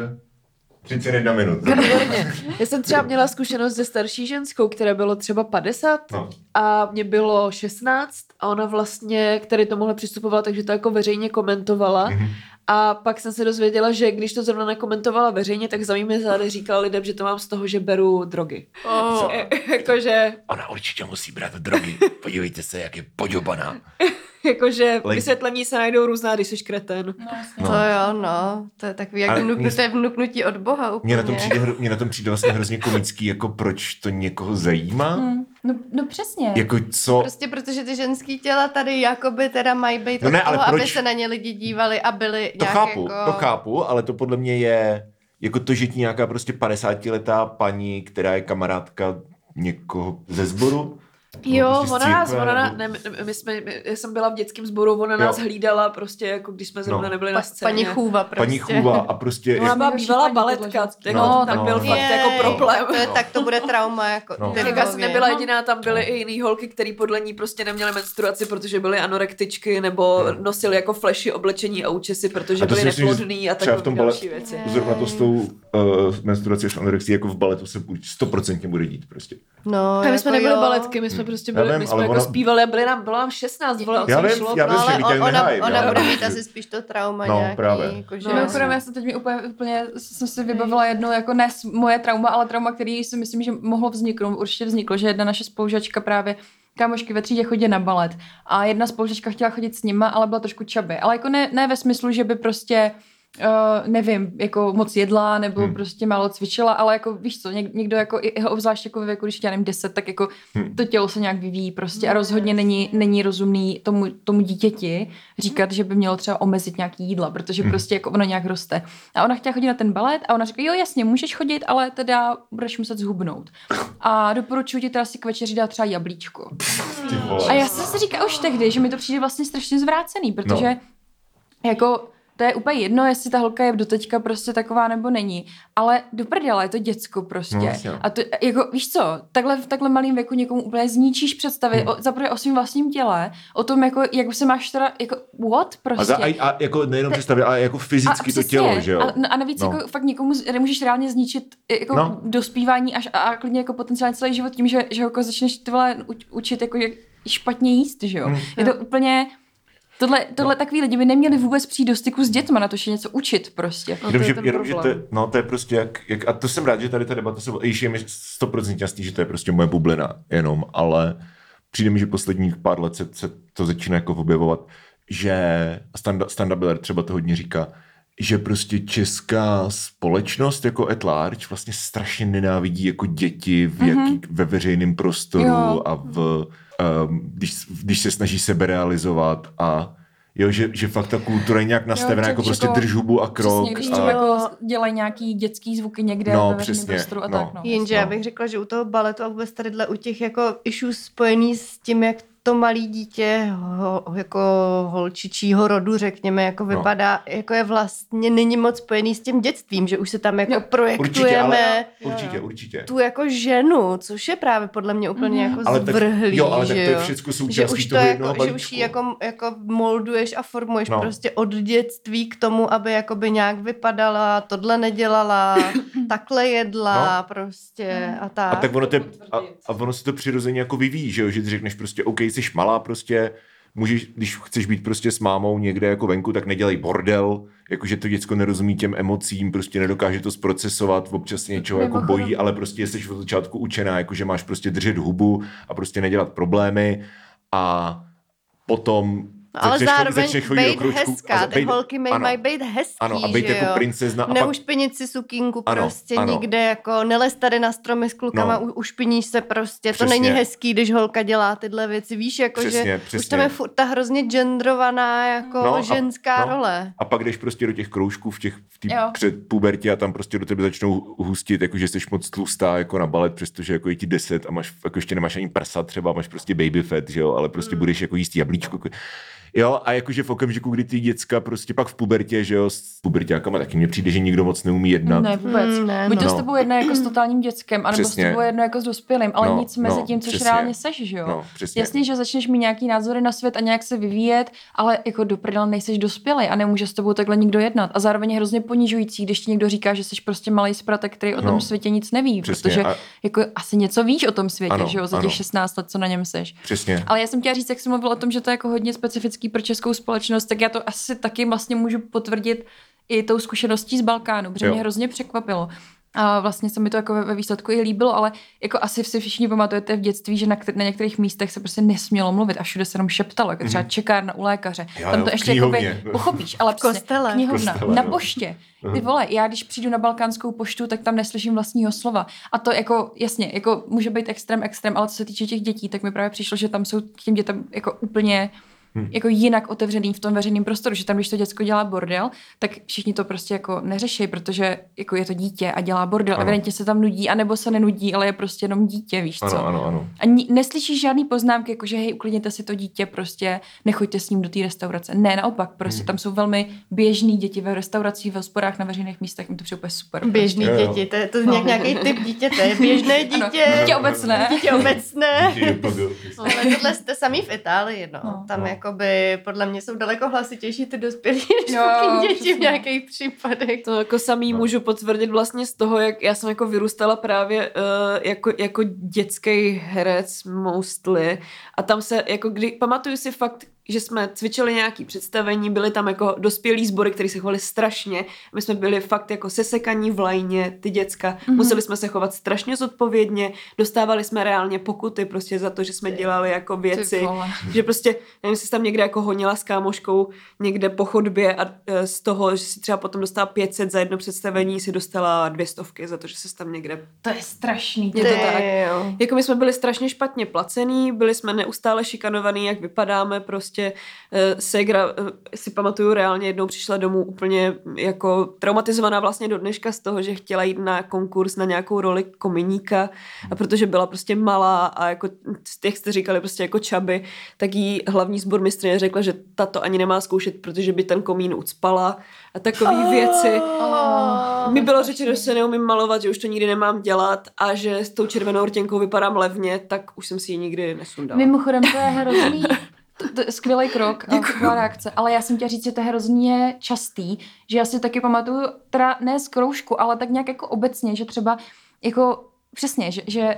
31 minut. Já jsem třeba měla zkušenost se starší ženskou, které bylo třeba 50 a mě bylo 16 a ona vlastně, který to mohla přistupovat, takže to jako veřejně komentovala. A pak jsem se dozvěděla, že když to zrovna nekomentovala veřejně, tak za mými zády říkala lidem, že to mám z toho, že beru drogy. Jakože... Ona určitě musí brát drogy. Podívejte se, jak je poďobaná. Jakože vysvětlení se najdou různá, když jsi kreten. No. To jo, no. To je takový jak vnuknutí od Boha úplně. Mně na tom přijde vlastně hrozně komický, jako proč to někoho zajímá. No přesně. Jako co? Prostě protože ty ženský těla tady jakoby teda mají být od toho, aby se na ně lidi dívali a byli To chápu, ale to podle mě je jako to, že ti nějaká prostě 50letá paní, která je kamarádka někoho ze sboru. Jo, já jsem byla v dětském sboru, ona nás hlídala prostě, jako když jsme zrovna nebyli na scéně. Paní Chůva prostě. Paní Chůva a prostě... Ona byla bývalá baletka, tak byl fakt jako problém. Tak to bude trauma, jako. Já jsem nebyla jediná, tam byly i jiný holky, který podle ní prostě neměly menstruaci, protože byly anorektičky, nebo nosily jako flashy oblečení a účesy, protože byly neplodný a takové další věci. Zrovna to s tou menstruací a anorexí jako v baletu se 100% bude dít prostě. No, my jsme nebyli baletky, my jsme prostě byli, my jsme jako zpívali a bylo nám 16, bylo o co šlo. Já vím, ona bude mít asi spíš to trauma nějaký. Právě. Jakože... Já jsem teď úplně jsem si vybavila jedno, jako ne moje trauma, ale trauma, který si myslím, že mohlo vzniknout, určitě vzniklo, že jedna naše spolužačka právě kámošky ve třídě chodí na balet a jedna spolužačka chtěla chodit s nima, ale byla trošku chubby, ale jako ne ve smyslu, že by prostě nevím, jako moc jedla nebo prostě málo cvičila, ale jako víš co, někdo jako, obzvlášť jako ve věku, když já nevím 10, tak jako to tělo se nějak vyvíjí prostě a rozhodně není rozumný tomu dítěti říkat, že by mělo třeba omezit nějaký jídla, protože prostě jako ono nějak roste. A ona chtěla chodit na ten balet a ona říká, jo jasně, můžeš chodit, ale teda budeš muset zhubnout. A doporučuji ti teda si k večeři dát třeba jablíčko. A já jsem si říkala už tehdy, že mi to přijde vlastně strašně zvrácený, protože jako to je úplně jedno, jestli ta holka je doteďka prostě taková nebo není. Ale do prdele, je to děcko prostě. No, a to, jako, víš co, v takhle malém věku někomu úplně zničíš představy zaprvé o svým vlastním těle, o tom, jako, jak se máš teda, jako, what prostě. A jako nejenom představy, ale jako fyzicky to tělo, že jo? A navíc jako fakt někomu nemůžeš reálně zničit jako dospívání a klidně jako potenciálně celý život tím, že jako začneš ty vole učit jako špatně jíst, že jo? Je to úplně... Tohle takový lidi by neměli vůbec přijít do styku s dětma, na to, že něco učit prostě. To je prostě jak a to jsem rád, že tady ta debata je mi 100% jasný, že to je prostě moje bublina jenom, ale přijde mi, že posledních pár let se to začíná jako objevovat, že Standa Biller třeba to hodně říká, že prostě česká společnost jako at large vlastně strašně nenávidí jako děti ve veřejném prostoru a když se snaží seberealizovat a jo, že fakt ta kultura je nějak nastavená jako prostě drž hubu a krok. Přesně, když třeba jako dělají nějaký dětský zvuky někde ve veřejném prostoru a tak. Jenže já bych řekla, že u toho baletu a vůbec tadyhle u těch jako issues spojený s tím, jak to malý dítě jako holčičího rodu, řekněme, jako vypadá, jako je vlastně není moc spojený s tím dětstvím, že už se tam jako projektujeme určitě. tu jako ženu, což je právě podle mě úplně jako zvrhlý, ale tak to je všechno součástí toho jednoho balíčku. Že už ji jako molduješ a formuješ prostě od dětství k tomu, aby jakoby nějak vypadala, tohle nedělala, takhle jedla prostě a tak. A tak ono se to přirozeně jako vyvíjí, že ty řekneš prostě OK, jsi malá prostě, můžeš, když chceš být prostě s mámou někde jako venku, tak nedělej bordel, jakože to děcko nerozumí těm emocím, prostě nedokáže to zprocesovat, občas něčeho jako bojí, ale prostě jsi od začátku učená, jakože máš prostě držet hubu a prostě nedělat problémy a potom ale zároveň být hezká, ty holky mají být hezký, ano, a být jako princezna. Neušpinit si sukínku prostě nikde, jako nelez tady na stromy s klukama, ušpiníš se prostě, přesně. To není hezký, když holka dělá tyhle věci, víš, jako přesně. Už tam je furt ta hrozně genderovaná jako ženská role. A pak jdeš prostě do těch kroužků v té předpubertě a tam prostě do tebe začnou hustit, jakože jsi moc tlustá jako na balet, přestože jako je ti 10 a máš, jako ještě nemáš ani prsa třeba, máš prostě baby fat, že jo, ale prostě budeš jako jíst jablíčko. Jo, a jakože v okamžiku, kdy ty děcka prostě pak v pubertě, že jo, s puberťákama taky mně přijde, že nikdo moc neumí jednat. Ne, vůbec. Buď to s tebou jedno jako s totálním děckem, anebo s tebou jedno jako s dospělým, ale nic mezi tím, což reálně seš, že jo. Jasně, že začneš mít nějaký názory na svět a nějak se vyvíjet, ale jako do prdele nejseš dospělý a nemůže s tebou takhle nikdo jednat. A zároveň je hrozně ponižující, když ti někdo říká, že jsi prostě malý spratek, který o tom světě nic neví, protože jako asi něco víš o tom světě, že jo, za těch 16 let, co na něm seš. Přesně. Ale já jsem chtěla říct, jak jsem mluvil o tom, že to je jako hodně specifický pro českou společnost, tak já to asi taky vlastně můžu potvrdit i tou zkušeností z Balkánu, protože mě hrozně překvapilo. A vlastně se mi to jako ve výsledku i líbilo, ale jako asi si všichni pamatujete v dětství, že na některých místech se prostě nesmělo mluvit a všude se jenom šeptalo, jako třeba čekárna u lékaře. Tam to ještě jakoby pochopíš, ale knihovna, na poště. Ty vole, já když přijdu na balkánskou poštu, tak tam neslyším vlastního slova. A to jako jasně, jako může být extrém, ale co se týče těch dětí, tak mi právě přišlo, že tam jsou k těm dětem jako úplně jako jinak otevřený v tom veřejném prostoru, že tam, když to děcko dělá bordel, tak všichni to prostě jako neřeší, protože jako je to dítě a dělá bordel. Evidentně se tam nudí, anebo se nenudí, ale je prostě jenom dítě, víš co? Ano. A neslyšíš žádný poznámky, jako že hej, uklidněte si to dítě, prostě nechoďte s ním do té restaurace. Ne, naopak, prostě tam jsou velmi běžný děti ve restauracích, ve hospodách, na veřejných místech, mi to přijde úplně super. Běžný děti, to je nějaký typ dítěte, běžné dítě. Ano, dítě obecné. Ale tohle jste samý v Itálii, tam jakoby podle mě jsou daleko hlasitější ty dospělí než děti v nějakých případech. To jako samý můžu potvrdit vlastně z toho, jak já jsem jako vyrůstala právě jako dětský herec mostly a tam se jako pamatuju si fakt, že jsme cvičili nějaký představení, byly tam jako dospělí sbory, který se chovali strašně. My jsme byli fakt jako sesekaní v lajně, ty děcka. Museli jsme se chovat strašně zodpovědně, dostávali jsme reálně pokuty prostě za to, že jsme dělali jako věci. Že prostě, nevím, jestli jsi tam někde jako honila s kámoškou někde po chodbě a z toho, že si třeba potom dostala 500 za jedno představení, si dostala 200 za to, že se tam někde... To je strašný. Je to tak. Jako my jsme byli strašně špatně placený, byli jsme neustále šikanovaný, jak vypadáme prostě prostě ségra, si pamatuju, reálně jednou přišla domů úplně jako traumatizovaná vlastně do dneška z toho, že chtěla jít na konkurs na nějakou roli kominíka a protože byla prostě malá a jako, jak jste říkali, prostě jako čaby, tak jí hlavní sbormistryně řekla, že tato ani nemá zkoušet, protože by ten komín ucpala a takové věci. Mi bylo řečeno, že se neumím malovat, že už to nikdy nemám dělat a že s tou červenou rtěnkou vypadám levně, tak už jsem si ji nikdy nesundala. Mimochodem, to je hrozný, to je skvělý krok, taková reakce, ale já jsem chtěla říct, že to je hrozně častý, že já si taky pamatuju, teda ne z kroužku, ale tak nějak jako obecně, že třeba jako přesně, že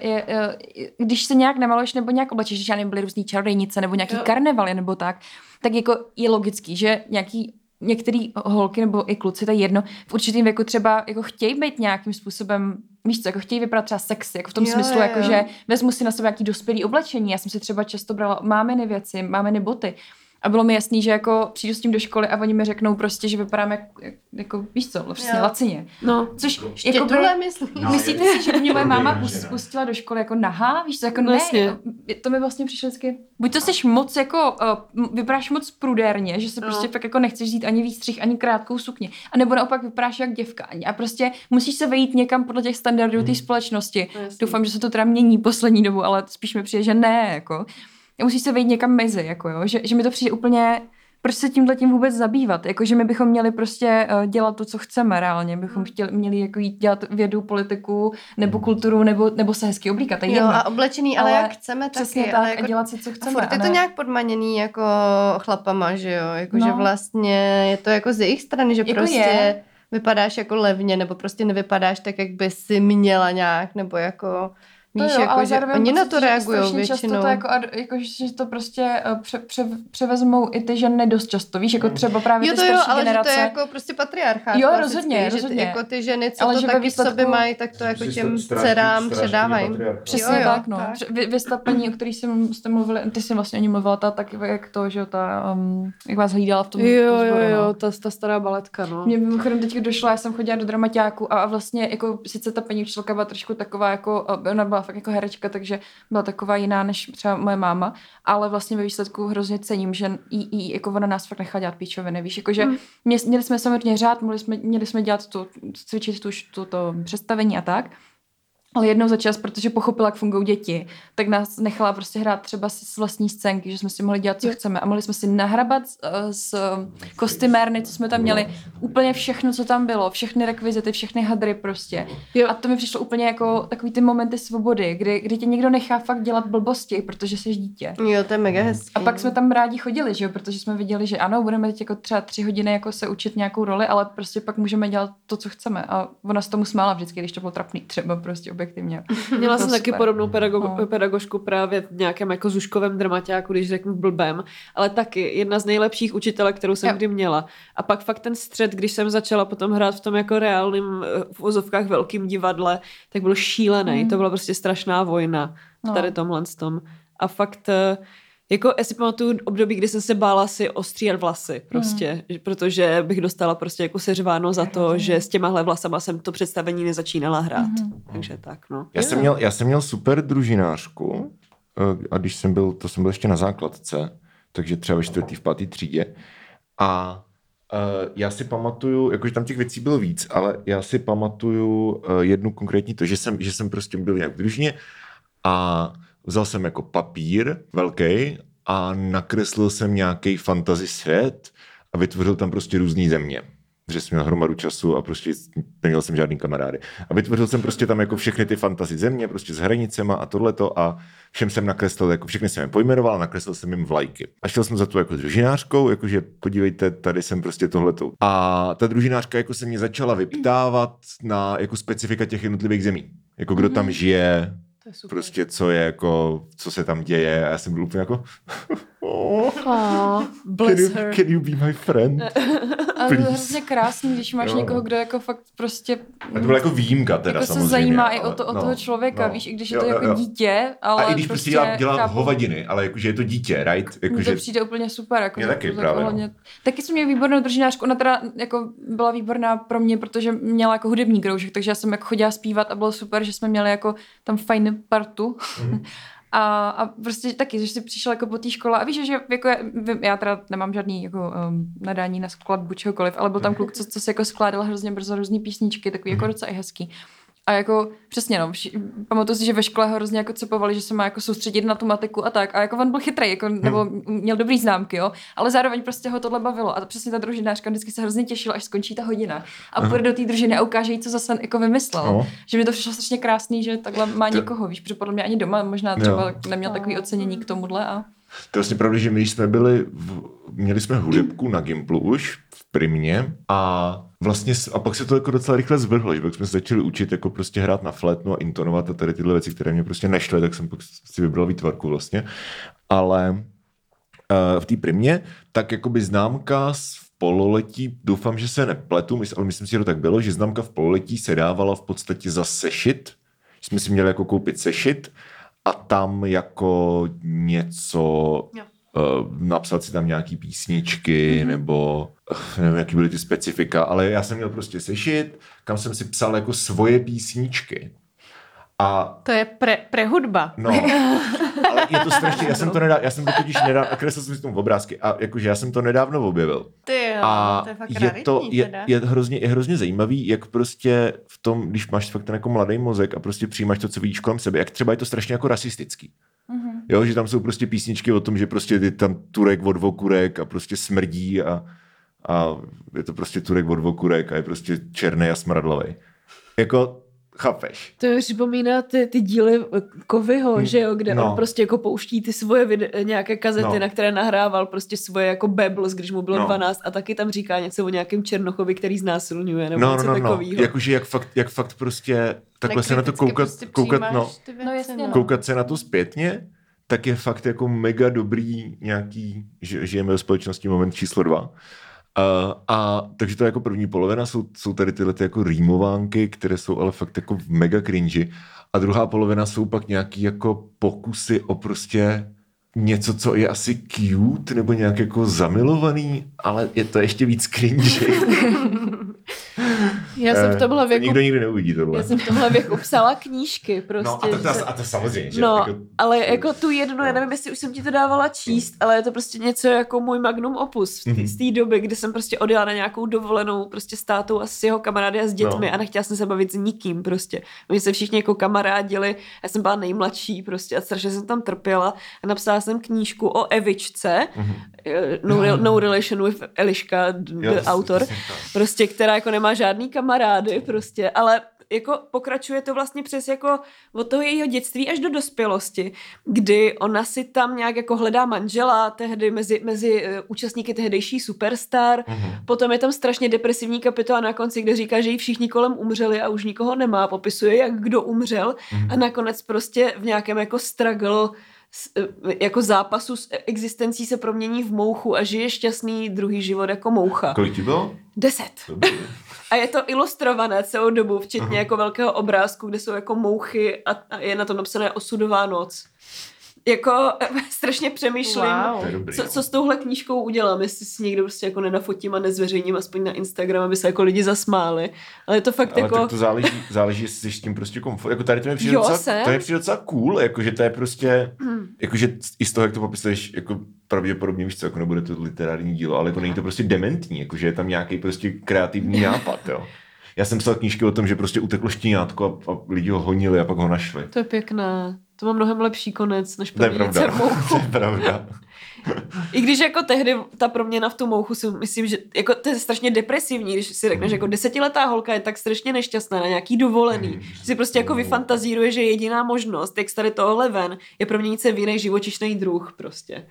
když se nějak nemaluješ nebo nějak oblečeš, že žádné byly různý čarodejnice nebo nějaký karnevaly nebo tak jako je logický, že některý holky nebo i kluci, to je jedno, v určitým věku třeba jako chtějí být nějakým způsobem, víš co, jako chtějí vypadat třeba sexy, jako v tom smyslu, jako že vezmu si na sebe nějaký dospělý oblečení, já jsem si třeba často brala máminy věci, máminy boty a bylo mi jasný, že jako přijdu s tím do školy a oni mi řeknou prostě, že vypadám jako víš co, vlastně lacině. No. Což jako tohle myslíš? Myslíte si, že by mě moje máma pustila do školy jako nahá, víš co, jako ne, to mi vlastně přišlo vždycky, buď to jsi moc jako, vypadáš moc prudérně, že se prostě fakt jako nechceš vzít ani výstřih, ani krátkou sukni, a nebo naopak vypadáš jak děvka a prostě musíš se vejít někam podle těch standardů té společnosti. Doufám, že se to teda mění poslední dobu, ale spíš mi přijde, že ne, jako. Musíš se vejít někam mezi, jako jo, že mi to přijde úplně, proč se tímhletím vůbec zabývat, jako že my bychom měli prostě dělat to, co chceme reálně, bychom měli jako jít dělat vědu, politiku, nebo kulturu, nebo se hezky oblíkat, to je jedno. A oblečený, ale jak chceme přesně taky. Tak, ale jako, a dělat si, co chceme. A furt je to nějak podmaněný jako chlapama, že jo, jako že vlastně je to jako z jejich strany, že jako prostě vypadáš jako levně, nebo prostě nevypadáš tak, jak by si měla nějak, nebo jako... Víš, jo, jako, ale že oni na to reagují většinou. Často to jako že to prostě převezmou i ty ženy dost často, víš, jako třeba právě ty starší ale generace. Že to je jako prostě patriarchát. Jo, rozhodně. Že jako ty ženy, co ale to taky výsledku... v sobě mají, tak to jako těm dcerám předávají. Přesně tak, no. Vystavení, o kterých jste mluvili, ty jsi vlastně o ní mluvila, tak jak to, že ta, jak vás hlídala v tom Jo, ta stará baletka, no. Mě mimochodem teď došla, já jsem chodila do dramaťáku a vlastně jako sice ta paní učitelka byla trošku taková jako, ona byla fakt jako herečka, takže byla taková jiná než třeba moje máma, ale vlastně ve výsledku hrozně cením, že jí jako ona nás fakt nechá dělat píčoviny, víš, jakože měli jsme samozřejmě řád, měli jsme dělat cvičit to představení a tak, ale jednou za čas, protože pochopila, jak fungují děti, tak nás nechala prostě hrát třeba s vlastní scénky, že jsme si mohli dělat, co chceme a mohli jsme si nahrabat z kostymérny, co jsme tam měli, úplně všechno, co tam bylo, všechny rekvizity, všechny hadry prostě. Jo. A to mi přišlo úplně jako takový ty momenty svobody, kdy tě někdo nechá fakt dělat blbosti, protože jsi dítě. Jo, to je mega hezký. A pak jsme tam rádi chodili, že jo, protože jsme viděli, že ano, budeme teď jako třeba 3 hodiny jako se učit nějakou roli, ale prostě pak můžeme dělat to, co chceme. A ona se tomu smála vždycky, když to bylo trapný, třeba prostě objektivně. Měla jsem taky podobnou pedagožku právě v nějakém jako zuškovém dramaťáku, když řeknu blbém, ale taky jedna z nejlepších učitelek, kterou jsem kdy měla. A pak fakt ten střed, když jsem začala potom hrát v tom jako reálným v ozovkách velkým divadle, tak byl šílený. To byla prostě strašná vojna v tady tomhle tom. A fakt jako já si pamatuju období, kdy jsem se bála si ostříhat vlasy prostě, protože bych dostala prostě jako seřváno za to, že s těmahle vlasama jsem to představení nezačínala hrát. Takže tak, no. Já jsem měl super družinářku a když jsem byl ještě na základce, takže třeba ve 4. v 5. třídě a já si pamatuju, jakože tam těch věcí bylo víc, ale já si pamatuju jednu konkrétní to, že jsem prostě byl nějak v družině a vzal jsem jako papír velký a nakreslil jsem nějaký fantasy svět a vytvořil tam prostě různý země. Že jsem měl hromadu času a prostě neměl jsem žádný kamarády. A vytvořil jsem prostě tam jako všechny ty fantasy země, prostě s hranicema a tohleto a všem jsem nakreslil, jako všechny jsem je pojmenoval a nakreslil jsem jim vlajky. A šel jsem za tu jako družinářkou, jakože podívejte, tady jsem prostě tohleto. A ta družinářka jako se mě začala vyptávat na jako specifika těch jednotlivých zemí. Jako kdo tam žije, prostě co je jako, co se tam děje a já jsem byl úplně jako can you be my friend? A to je hrozně krásný, když máš někoho, kdo jako fakt prostě... A to byla jako výjimka teda jako samozřejmě. se zajímá i o toho člověka, víš, i když je to jako dítě, ale a i když prostě dělá hovadiny, ale jakože je to dítě, right? Jako, to přijde úplně super. Jako, taky právě. Taky jsem měla výbornou družinářku, ona teda jako byla výborná pro mě, protože měla jako hudební kroužek, takže já jsem jako chodila zpívat a bylo super, že jsme měli jako tam fajn partu. A prostě taky, že jsi přišel jako po té škole a víš, že jako já teda nemám žádný jako nadání na skladbu čehokoliv, ale byl tam kluk, co se jako skládal hrozně brzo různý písničky, takový jako docela i hezký. A jako přesně pamatuju si, že ve škole hrozně jako cepovali, že se má jako soustředit na tu matiku a tak. A jako on byl chytrý, jako, nebo měl dobrý známky, jo. Ale zároveň prostě ho tohle bavilo. A přesně ta družinářka vždycky se hrozně těšila, až skončí ta hodina. A půjde do té družiny a ukáže jí, co zase jako vymyslel. No. Že mi to přišlo strašně krásný, že takhle má někoho, víš, protože podle mě ani doma možná třeba neměl takový ocenění k tomuhle. A... To je vlastně pravda, že my jsme měli jsme hudebku na Gimplu už v primě a vlastně a pak se to jako docela rychle zvrhlo, že pak jsme se začali učit jako prostě hrát na flétnu a intonovat a tady tyhle věci, které mě prostě nešly, tak jsem pak si vybral výtvarku vlastně. Ale v té primě tak jakoby známka v pololetí, doufám, že se nepletu, ale myslím si, že to tak bylo, že známka v pololetí se dávala v podstatě za sešit. Jsme si měli jako koupit sešit a tam jako něco... napsat si tam nějaký písničky, nebo nevím, jaký byly ty specifika, ale já jsem měl prostě sešit, kam jsem si psal jako svoje písničky. A to je prehudba. No, ale je to strašně, já jsem to totiž nedávno, a kreslil jsem si tomu obrázky, a jakože já jsem to nedávno objevil. A to je fakt raritní, je hrozně zajímavý, jak prostě v tom, když máš fakt ten jako mladý mozek a prostě přijímáš to, co vidíš kolem sebe, jak třeba je to strašně jako rasistický. Mm-hmm. Jo, že tam jsou prostě písničky o tom, že prostě je tam Turek od vokurek a prostě smrdí a je to prostě Turek od vokurek a je prostě černý a smradlavej. Jako chápeš? To mi připomíná ty díly Kovyho, že jo, kde on prostě jako pouští ty svoje nějaké kazety, na které nahrával prostě svoje jako Bebls, když mu bylo 12 a taky tam říká něco o nějakém Černochovi, který znásilňuje nebo něco takového. Jakože jak fakt prostě takhle se na to koukat se na to zpětně, tak je fakt jako mega dobrý nějaký, že žijeme ve společnosti moment číslo 2. A takže to je jako první polovina, jsou tady tyhle jako rýmovánky, které jsou ale fakt jako mega cringy. A druhá polovina jsou pak nějaký jako pokusy o prostě něco, co je asi cute, nebo nějak jako zamilovaný, ale je to ještě víc cringy. Já jsem v tomhle věku... Nikdo nikdy neuvidí tohle. Já jsem v tomhle věku psala knížky prostě. No a to samozřejmě. Že? No, ale jako tu jednu, já nevím, jestli už jsem ti to dávala číst, ale je to prostě něco jako můj magnum opus z té doby, kdy jsem prostě odjela na nějakou dovolenou prostě s tátou a s jeho kamarády a s dětmi a nechtěla jsem se bavit s nikým prostě. Oni se všichni jako kamarádili, já jsem byla nejmladší prostě a strašně jsem tam trpěla a napsala jsem knížku o Evičce, No Relation with Eliška, autor, prostě, která jako nemá žádný kamarády prostě, ale jako pokračuje to vlastně přes jako od toho jejího dětství až do dospělosti, kdy ona si tam nějak jako hledá manžela tehdy mezi účastníky tehdejší Superstar, potom je tam strašně depresivní kapitola na konci, kde říká, že jí všichni kolem umřeli a už nikoho nemá, popisuje, jak kdo umřel a nakonec prostě v nějakém jako struggle jako zápasu s existencí se promění v mouchu a žije šťastný druhý život jako moucha. Kolik ti bylo? 10. A je to ilustrované celou dobu, včetně jako velkého obrázku, kde jsou jako mouchy a je na tom napsané Osudová noc. Jako strašně přemýšlím, co s touhle knížkou udělám, jestli si někdo prostě jako nenafotím a nezveřejním aspoň na Instagram, aby se jako lidi zasmáli. Ale je to fakt jako... tak to záleží, jestli jsi s tím prostě komfort. Jako tady to je přijde docela cool, jakože to je prostě, jakože i z toho, jak to popisuješ, jako pravděpodobně víš co, jako nebude to literární dílo, ale jako není to prostě dementní, jakože je tam nějaký prostě kreativní nápad, jo. Já jsem psal knížky o tom, že prostě uteklo štěňátko a lidi ho honili a pak ho našli. To je pěkné. To má mnohem lepší konec, než proměnit mouchu. To je pravda. I když jako tehdy ta proměna v tu mouchu si myslím, že jako to je strašně depresivní, když si řekneš, jako 10letá holka je tak strašně nešťastná na nějaký dovolený, že si prostě jako vyfantazíruje, že jediná možnost, jak z tady tohohle ven, je proměnit se v jiný živočišný druh prostě.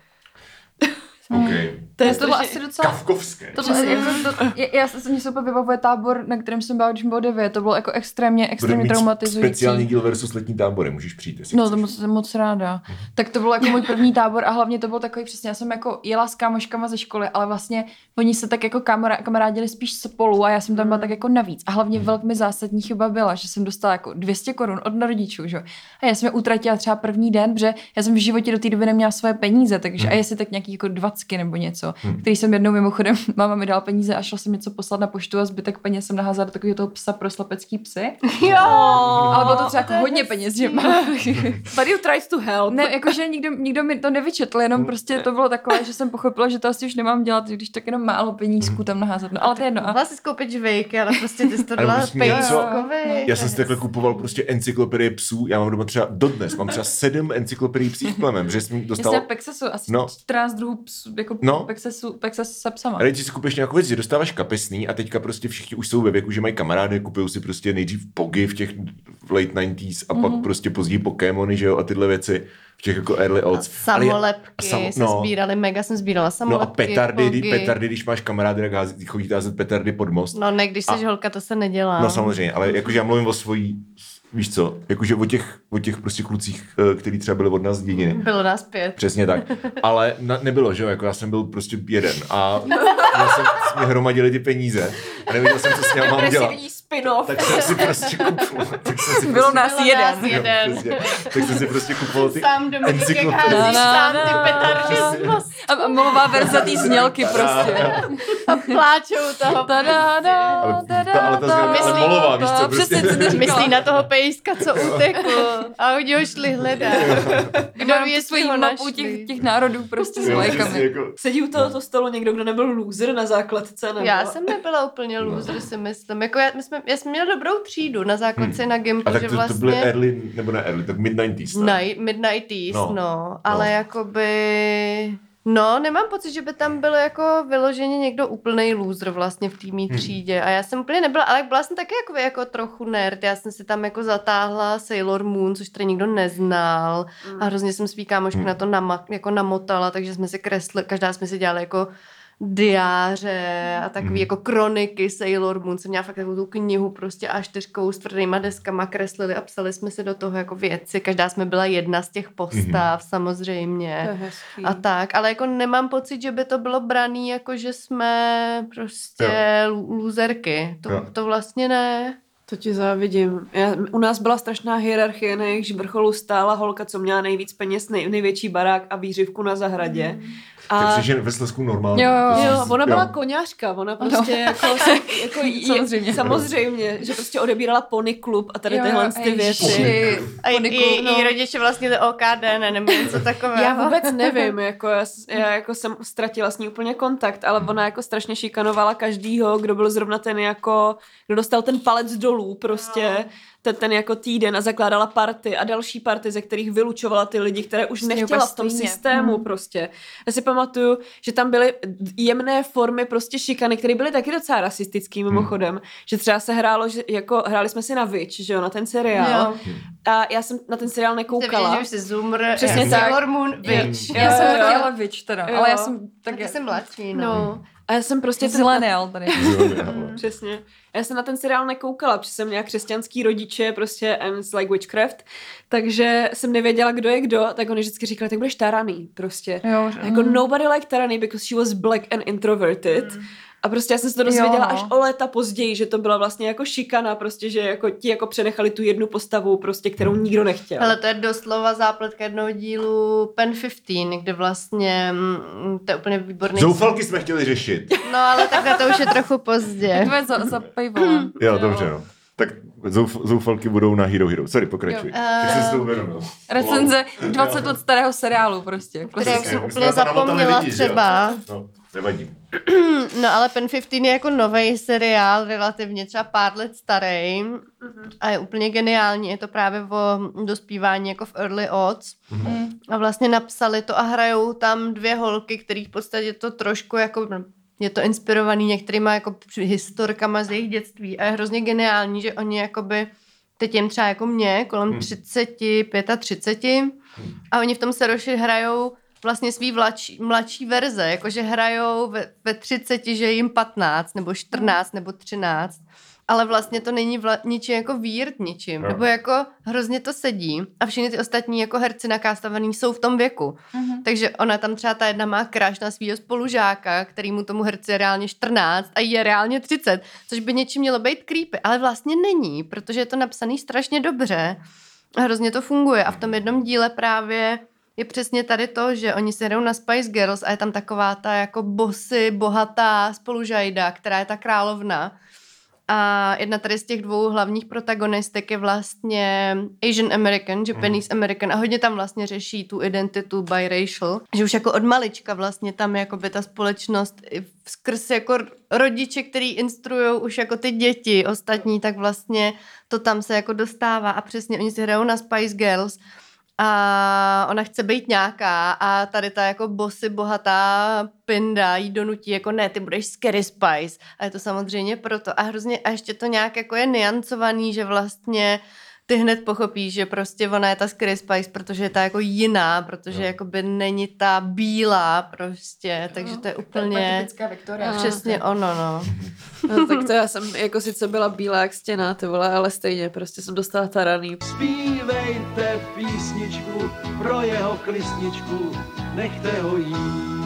Okay. To bylo asi docela... Kafkovské. Já jsem si úplně vybavuje tábor, na kterém jsem byla, když mi bylo 9. To bylo jako extrémně traumatizující. Speciální díl versus letní tábory, můžeš přijít. No, to jsem moc ráda. Tak to byl jako můj první tábor a hlavně to byl takový přesně, já jsem jako jela s kámoškama ze školy, ale vlastně oni se tak jako kamarádili spíš spolu a já jsem tam byla tak jako navíc. A hlavně velmi zásadní chyba byla, že jsem dostala jako 200 korun od rodičů, že? A já jsem je utratila třeba první den, protože já jsem v životě do té doby neměla svoje peníze, takže a jestli tak nějaký jako 20 nebo něco. piso, který jsem jednou mimochodem, máma mi dala peníze a šla jsem něco poslat na poštu a zbytek peněz jsem naházela do takového toho psa pro slepecký psy. Jo! Ale bylo to třeba jako hodně peněz, že mám. But you tried to help. Ne, jakože nikdo mi to nevyčetl, jenom prostě to bylo takové, že jsem pochopila, že to asi už nemám dělat, když tak jenom málo penízků tam naházet. No, ale to je jedno. Mohla si skoupit žvejky, ale prostě ty jsi to dala prostě něco- pejskovi. Já jsem si takhle kupoval prostě encyklopedie psů, já mám doma třeba dodnes, mám třeba 7 encyklopedií psích plemen, že jsem dostal... Jestli Pexasu, asi 14 druhů psů, jako Pexas se psama. A teď si kupuješ nějakou věc, že dostáváš kapesný a teďka prostě všichni už jsou ve věku, že mají kamarády, kupují si prostě nejdřív Pogy v těch late 90s a pak prostě později Pokémony, že jo, a tyhle věci v těch jako early odds. Samolepky se sbíraly, mega jsem sbírala samolepky. No a petardy, když máš kamarády, tak chodíte házet petardy pod most. No ne, když jsi holka, to se nedělá. No samozřejmě, ale jakože já mluvím o svojí, víš co, jakože o těch prostě klucích, který třeba byli od nás z dědiny. Bylo nás 5. Přesně tak. Ale nebylo, že jo, jako já jsem byl prostě jeden a jsme hromadili ty peníze a nevěděl jsem, co s ním mám dělat. Spin-off. Tak jsem si prostě kupoval. Bylo nás jeden. Tak jsem si prostě kupoval ty Sám Dominik, jak encyklopedie. házíš sám ty petardy z mostu. A molová verze té znělky prostě. A pláčou toho. Ale ta znělka molová, víš co, prostě. Myslí na toho pejska, co utekl. A oni ho šli hledat. Kdo ví, jestli ho mapu našli. těch národů prostě s vlajkami. Sedí u tohoto stolu někdo, kdo nebyl loser na základce? Nebo? Já jsem nebyla úplně loser, si myslím. Jako já jsem měla dobrou třídu na základce na Gimplu, A tak že to vlastně... byly early, nebo ne early, tak mid-90s. Mid-90s, no. Ale jakoby... No, nemám pocit, že by tam byl jako vyloženě někdo úplnej loser vlastně v té mý třídě. A já jsem úplně nebyla, ale byla jsem taky jako trochu nerd. Já jsem si tam jako zatáhla Sailor Moon, což tady nikdo neznal. A hrozně jsem svý kámošky na to jako namotala, takže jsme si kresli, každá jsme si dělali jako diáře a takový jako kroniky Sailor Moon. Jsem měla fakt takovou tu knihu prostě A4 s tvrdýma deskama, kreslili a psali jsme si do toho jako věci. Každá jsme byla jedna z těch postav, samozřejmě. A tak, ale jako nemám pocit, že by to bylo braný jako, že jsme prostě lůzerky. To vlastně ne. To ti závidím. U nás byla strašná hierarchie, na jejichž vrcholu stála holka, co měla nejvíc peněz, největší barák a výřivku na zahradě. Takže že ve Slezsku normálně. Jo, ona byla koňářka, ona prostě samozřejmě, že prostě odebírala pony klub a tady tyhle ty věci. A i rodiče vlastně OKD, nebo něco takového. Já vůbec nevím, já jako jsem ztratila s ní úplně kontakt, ale ona jako strašně šikanovala každýho, kdo byl zrovna ten jako, kdo dostal ten palec dolů prostě, ten jako týden a zakládala party a další party, ze kterých vylučovala ty lidi, které už nechtěla v tom systému prostě. Já si pamatuju, že tam byly jemné formy prostě šikany, které byly taky docela rasistický mimochodem, že třeba se hrálo, že jako hráli jsme si na Witch, že jo, na ten seriál. A já jsem na ten seriál nekoukala. Že už jsi Zoomer, přesně tak. Sailor Moon, Witch. Já jsem taky ale Witch teda, ale já jsem tak jsem mladší, no. A já jsem prostě... Zilenial tady. Přesně. Já jsem na ten seriál nekoukala, protože jsem měla křesťanský rodiče, prostě and it's like witchcraft, takže jsem nevěděla, kdo je kdo, tak oni vždycky říkali, tak budeš Tarani, prostě. Jo, jako nobody liked Tarani because she was black and introverted. A prostě já jsem se to dozvěděla až o léta později, že to byla vlastně jako šikana, prostě, že jako ti jako přenechali tu jednu postavu, prostě, kterou nikdo nechtěl. Ale to je doslova zápletka jednoho dílu Pen 15, kde vlastně, to je úplně výborný. Zoufalky jsme chtěli řešit. No, ale takhle to už je trochu pozdě. To je za paywallem. Jo, dobře, no. Tak zoufalky budou na Hero Hero. Sorry, pokračuj. Tak jsem si to uvědomil. Recenze 20 let starého seriálu prostě. Které už jsem úplně zapomněla třeba. No, nevadí. No, ale Pen 15 je jako nový seriál, relativně třeba pár let starý a je úplně geniální. Je to právě o dospívání jako v early odds. A vlastně napsali to a hrajou tam 2 holky, který v podstatě to trošku jako... Je to inspirovaný některýma jako historkama z jejich dětství a je hrozně geniální, že oni jakoby, teď jim třeba jako mě, kolem 30, 35 a oni v tom seroši hrajou vlastně svý mladší verze, jakože hrajou ve 30, že jim 15 nebo 14 nebo 13, ale vlastně to není ničím jako weird ničím, nebo jako hrozně to sedí a všechny ty ostatní jako herci nakástovaný jsou v tom věku. Takže ona tam třeba ta jedna má crush na svýho spolužáka, kterýmu tomu herci je reálně 14 a je reálně 30, což by něčím mělo být creepy, ale vlastně není, protože je to napsaný strašně dobře a hrozně to funguje a v tom jednom díle právě je přesně tady to, že oni se jdou na Spice Girls a je tam taková ta jako bossy, bohatá spolužajda, která je ta královna. A jedna tady z těch 2 hlavních protagonistek je vlastně Asian American, Japanese American a hodně tam vlastně řeší tu identitu biracial, že už jako od malička vlastně tam jakoby ta společnost skrz jako rodiče, který instrujou už jako ty děti ostatní, tak vlastně to tam se jako dostává a přesně oni si hrajou na Spice Girls a ona chce být nějaká a tady ta jako bossy bohatá pinda jí donutí jako ne, ty budeš Scary Spice a je to samozřejmě proto a ještě to nějak jako je niancovaný, že vlastně ty hned pochopíš, že prostě ona je ta Scary Spice, protože je ta jako jiná, protože jakoby není ta bílá prostě, takže to je úplně typická Viktoria. přesně ono, no. No, tak to já jsem jako sice byla bílá jak stěna, ty vole, ale stejně prostě jsem dostala taraný. Zpívejte písničku pro jeho klisničku, nechte ho jít.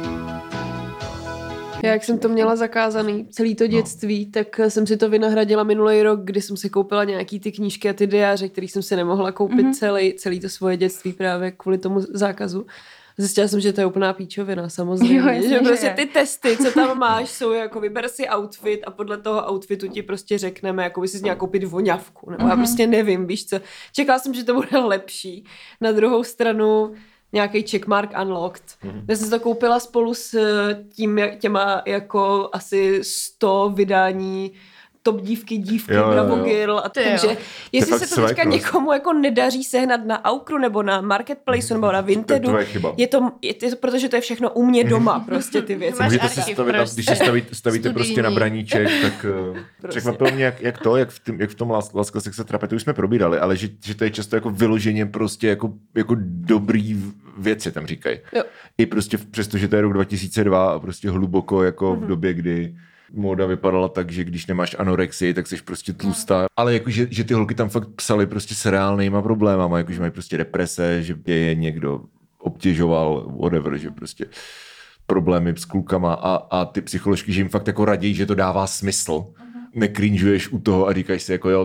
Já, jak jsem to měla zakázaný celý to dětství, tak jsem si to vynahradila minulý rok, kdy jsem si koupila nějaký ty knížky a ty diáře, který jsem si nemohla koupit celý to svoje dětství právě kvůli tomu zákazu. Zjistila jsem, že to je úplná píčovina, samozřejmě. Jo, jasně, že prostě že ty testy, co tam máš, jsou jako vyber si outfit a podle toho outfitu ti prostě řekneme, jako by si nějak koupit voňavku. Nebo já prostě nevím, víš co. Čekala jsem, že to bude lepší. Na druhou stranu nějaký checkmark unlocked. Já jsem si to koupila spolu s těma jako asi 100 vydání top dívky, Bravo Girl a takže jestli se to teďka někomu jako nedaří sehnat na Aukru nebo na Marketplaceu nebo na Vintedu, je to protože to je všechno u mě doma prostě ty věci. Můžete si stavit, když se stavíte prostě na braníček, tak překvapilo mě, jak v tom Láska, sexe, trapetu už jsme probírali, ale že to je často jako vyloženě prostě jako dobrý věci tam říkají. Jo. I prostě přesto, že to je rok 2002 a prostě hluboko jako v době, kdy móda vypadala tak, že když nemáš anorexii, tak jsi prostě tlustá. Ale jakože že ty holky tam fakt psaly prostě s reálnýma problémama, jakože mají prostě deprese, že je někdo obtěžoval, whatever, že prostě problémy s klukama a ty psycholožky, že jim fakt jako raději, že to dává smysl. Nekrinžuješ u toho a říkáš si jako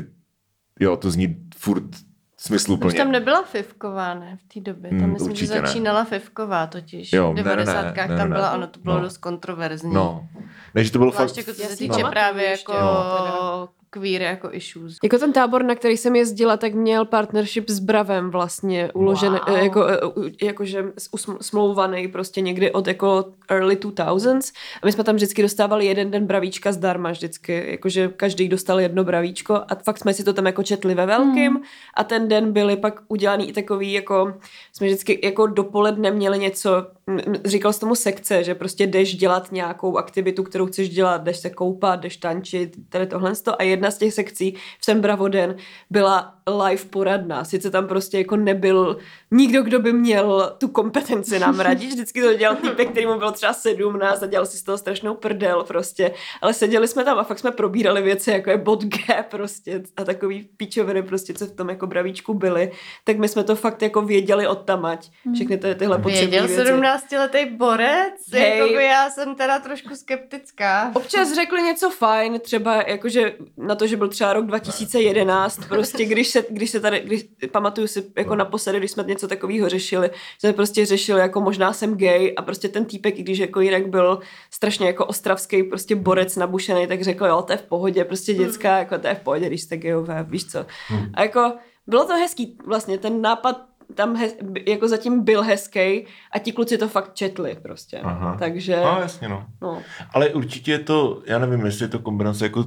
to zní furt smysluplně. Už tam nebyla Fivková, ne, v té době. Tam myslím, že začínala Fivková totiž. Jo, v 90kách tam byla, ono to bylo dost kontroverzní. No. Ne, že to bylo fakt... Jako co se týče právě jako queer jako issues. Jako ten tábor, na který jsem jezdila, tak měl partnership s Bravem vlastně uložený, jakože smlouvaný prostě někdy od jako early 2000s a my jsme tam vždycky dostávali jeden den bravíčka zdarma vždycky, jakože každý dostal jedno bravíčko a fakt jsme si to tam jako četli ve velkým a ten den byly pak udělaný i takový jako, jsme vždycky jako dopoledne měli něco, říkal jsi tomu sekce, že prostě jdeš dělat nějakou aktivitu, kterou chceš dělat, jdeš se koupat, jdeš tančit, tady tohle a jedna z těch sekcí v ten Bravoden byla live poradna. Sice tam prostě jako nebyl nikdo, kdo by měl tu kompetenci nám radit. Vždycky to dělal týpek, který mu bylo třeba 17 a dělal si z toho strašnou prdel prostě. Ale seděli jsme tam a fakt jsme probírali věci, jako je bot G prostě a takový píčoviny prostě, co v tom jako bravíčku byly. Tak my jsme to fakt jako věděli odtamať. Všechny tyhle potřebné věci. 17letý borec? Jako já jsem teda trošku skeptická. Občas řekli něco fajn, třeba jakože na to, že byl třeba rok 2011, prostě když se tady, pamatuju si jako naposledy, když jsme něco takového řešili, že jsme prostě řešili jako možná jsem gay a prostě ten týpek, i když jako jinak byl strašně jako ostravský prostě borec nabušený, tak řekl jo, to je v pohodě, prostě dětská, jako to je v pohodě, když jste gayové, víš co. A jako bylo to hezký vlastně, ten nápad tam jako zatím byl hezký a ti kluci to fakt četli prostě. Aha. Takže... No jasně no. Ale určitě je to, já nevím, jestli je to kombinace jako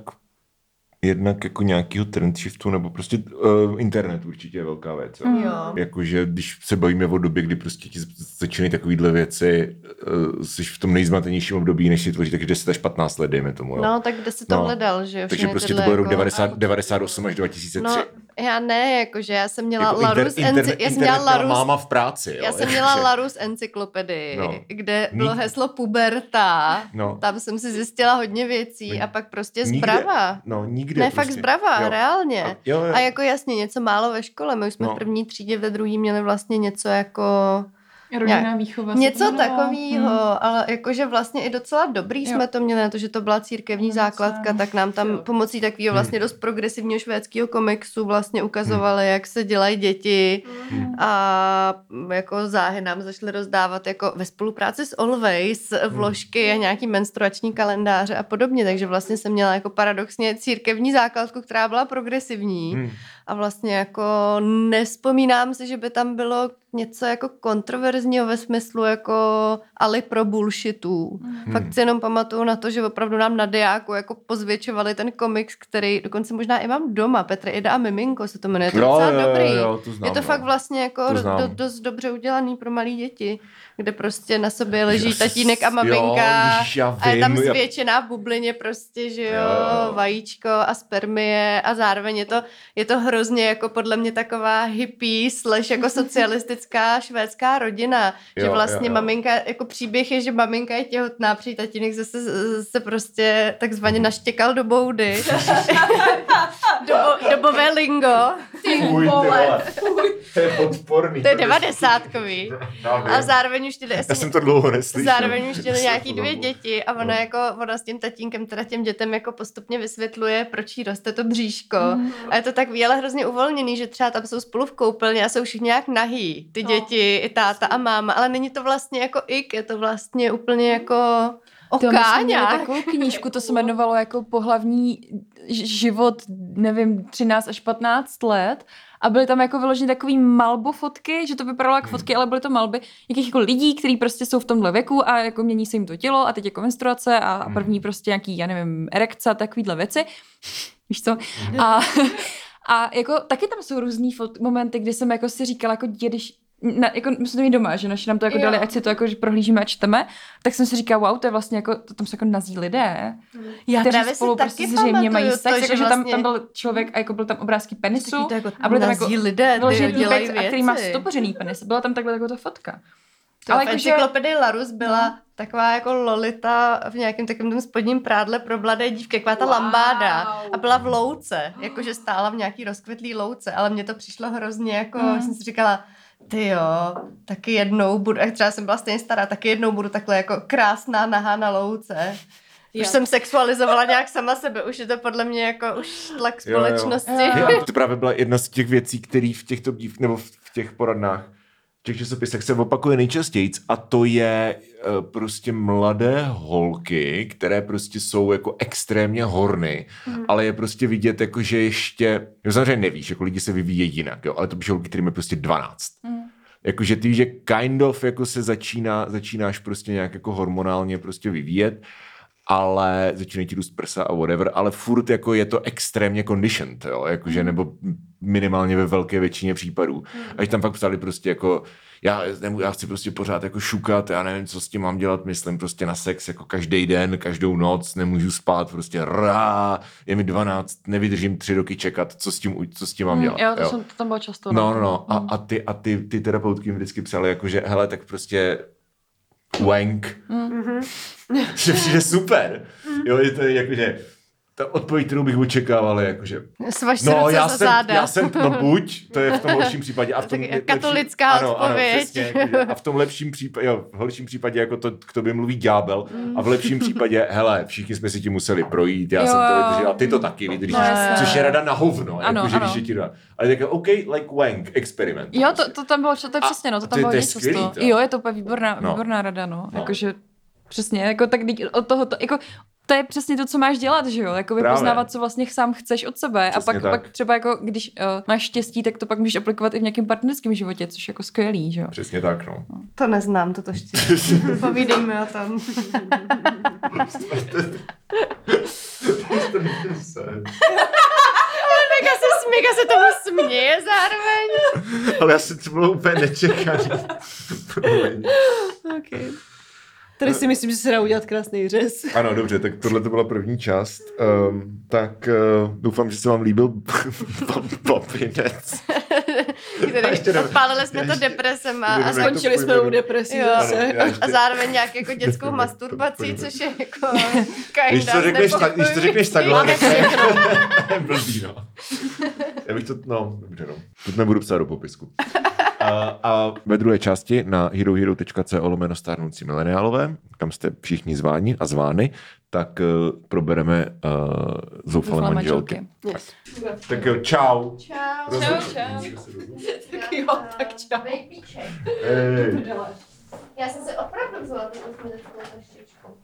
jednak jako nějakého trend shiftu, nebo prostě internet určitě je velká věc. Jakože když se bavíme o době, kdy prostě ti začínají takovýhle věci, jsi v tom nejzmatenějším období, než si tvoří, takže 10 až 15 let, dejme tomu. Jo. No, tak kde se to hledal, že jo? Takže prostě to byl rok 98 až 2003. No, já ne, jakože já jsem měla jako máma v práci. Jo, já jsem měla Larus encyklopedii, kde bylo heslo puberta. No. Tam jsem si zjistila hodně věcí a pak prostě zbrava. Nikde. Ne, prostě. fakt zbrava, reálně. Jo. A jako jasně něco málo ve škole. My už jsme v první třídě, ve druhý měli vlastně něco jako Rodinná výchova. Něco takového, ale jakože vlastně i docela dobrý jsme to měli na to, že to byla církevní základka, tak nám tam pomocí takového vlastně dost progresivního švédského komiksu vlastně ukazovali, jak se dělají děti a jako záhy nám začaly rozdávat jako ve spolupráci s Always vložky a nějaký menstruační kalendáře a podobně, takže vlastně jsem měla jako paradoxně církevní základku, která byla progresivní a vlastně jako nespomínám si, že by tam bylo něco jako kontroverzního ve smyslu jako ali pro bullshitů. Fakt si jenom pamatuju na to, že opravdu nám na diáku jako pozvětšovali ten komiks, který dokonce možná i mám doma, Petr, Ida a Miminko se to jmenuje. To je docela dobrý. To znám, je to fakt vlastně jako dost dobře udělaný pro malý děti, kde prostě na sobě leží tatínek a maminka a je tam zvětšená v bublině prostě, že jo, vajíčko a spermie a zároveň je to hrozně jako podle mě taková hippie / jako socialistická švédská rodina, že vlastně maminka, jako příběh je, že maminka je těhotná, při tatínek se prostě takzvaně naštěkal do boudy. Dobové lingo. Uj, to je podporný. To je 90kový. A zároveň už já jsem to dlouho neslyšel. Zároveň už měli nějaký 2 děti a ona s tím tatínkem teda těm dětem jako postupně vysvětluje, proč jí roste to bříško. A je to tak ale hrozně uvolněný, že třeba tam jsou spolu v koupelně a jsou všichni nějak nahý. Ty děti, i táta a máma, ale není to vlastně jako je to vlastně úplně jako okáňák. Takovou knížku, to se jmenovalo jako pohlavní život, nevím, 13 až 15 let. A byly tam jako vyloženě takový malbo fotky, že to vypadalo jako fotky, ale byly to malby nějakých jako lidí, kteří prostě jsou v tomhle věku a jako mění se jim to tělo a teď jako menstruace a první prostě nějaký, já nevím, erekce a takovýhle věci. Víš co? A jako taky tam jsou různý momenty, kdy jsem jako si říkala, jako když jako my jsme to mít doma, že naši nám to jako dali, ať si to jako prohlížíme a čteme, tak jsem si říkala, wow, to je vlastně jako, tam jsou jako nazí lidé, kteří spolu prostě zřejmě mají sex, jako, že vlastně... tam byl člověk a jako byl tam obrázky penisu jako a byly tam jako lidé, dělají věci. A který má stopořený penis. Byla tam takhle taková fotka. To ale v encyklopedii Larus byla taková jako Lolita v nějakém takovém tom spodním prádle pro mladé dívky, taková ta lambáda a byla v louce, jakože stála v nějaký rozkvetlý louce, ale mně to přišlo hrozně jako, jsem si říkala, ty jo, taky jednou budu, jak třeba jsem byla stejně stará, taky jednou budu takhle jako krásná nahá na louce. Už jsem sexualizovala nějak sama sebe, už je to podle mě jako už tlak společnosti. To právě byla jedna z těch věcí, které v těchto nebo v těch poradnách, v těch časopisech se opakuje nejčastěji a to je prostě mladé holky, které prostě jsou jako extrémně horny, ale je prostě vidět jako, že ještě, samozřejmě nevíš, jako lidi se vyvíjejí jinak, jo, ale to jsou holky, kterým je prostě 12. Jakože ty víš, že kind of jako se začínáš prostě nějak jako hormonálně prostě vyvíjet, ale začínají ti růst prsa a whatever, ale furt jako je to extrémně conditioned, jo, jakože nebo minimálně ve velké většině případů. Až tam fakt psali prostě jako, já chci prostě pořád jako šukat, já nevím, co s tím mám dělat, myslím prostě na sex jako každý den, každou noc, nemůžu spát, prostě je mi 12, nevydržím 3 roky čekat, co s tím mám dělat. To tam bylo často. No. A ty terapeutky mi vždycky psali jako, že hele, tak prostě wank. Že přijde super. Jo, je to jakože ta odpověď, kterou bych očekával, je jakože svaž si ruce za záda. Já jsem, buď, to je v tom horším případě. A v tom katolická odpověď. Ano, přesně, a v tom lepším případě, v horším případě, jako to k tobě mluví ďábel, a v lepším případě, hele, všichni jsme si tím museli projít, já jsem to vydržel, a ty to taky vydržíš, což je rada na hovno, jakože když je ti dá. Ale tak OK, like wank, experiment. Jo, to tam bylo, to je přesně, no, to tam bylo něco z toho. Jo, je to úplně výborná rada, no, jakože přesně, jako tak od toho, jako to je přesně to, co máš dělat, že jo? Jako vypoznávat, co vlastně sám chceš od sebe. Přesně a pak třeba jako, když máš štěstí, tak to pak můžeš aplikovat i v nějakém partnerském životě, což je jako skvělý, že jo? Přesně tak, no. To neznám, toto štěstí. Povídej mi o tom. Mega se tomu směje zároveň. Ale já si to bylo úplně nečekaný. Okay. Tady si myslím, že se dá udělat krásný řez. Ano, dobře, tak tohle to byla první část. Tak doufám, že se vám líbil papinec. Odpálili jsme to depresem a skončili jsme u depresí zase. A zároveň nějak jako dětskou masturbací, což je jako Když to řekneš takhle, blbý, no. Já bych to, dobře, to nebudu psát do popisku. A ve druhé části na herohero.co/stárnoucí mileniálové, kam jste všichni zváni a zvány, tak probereme zoufalé manželky. Yes. Tak jo, čau. Čau. Tak jo, tak čau. Vejpíček. Hej. Já jsem si opravdu vzala tu kosmetickou taštičku.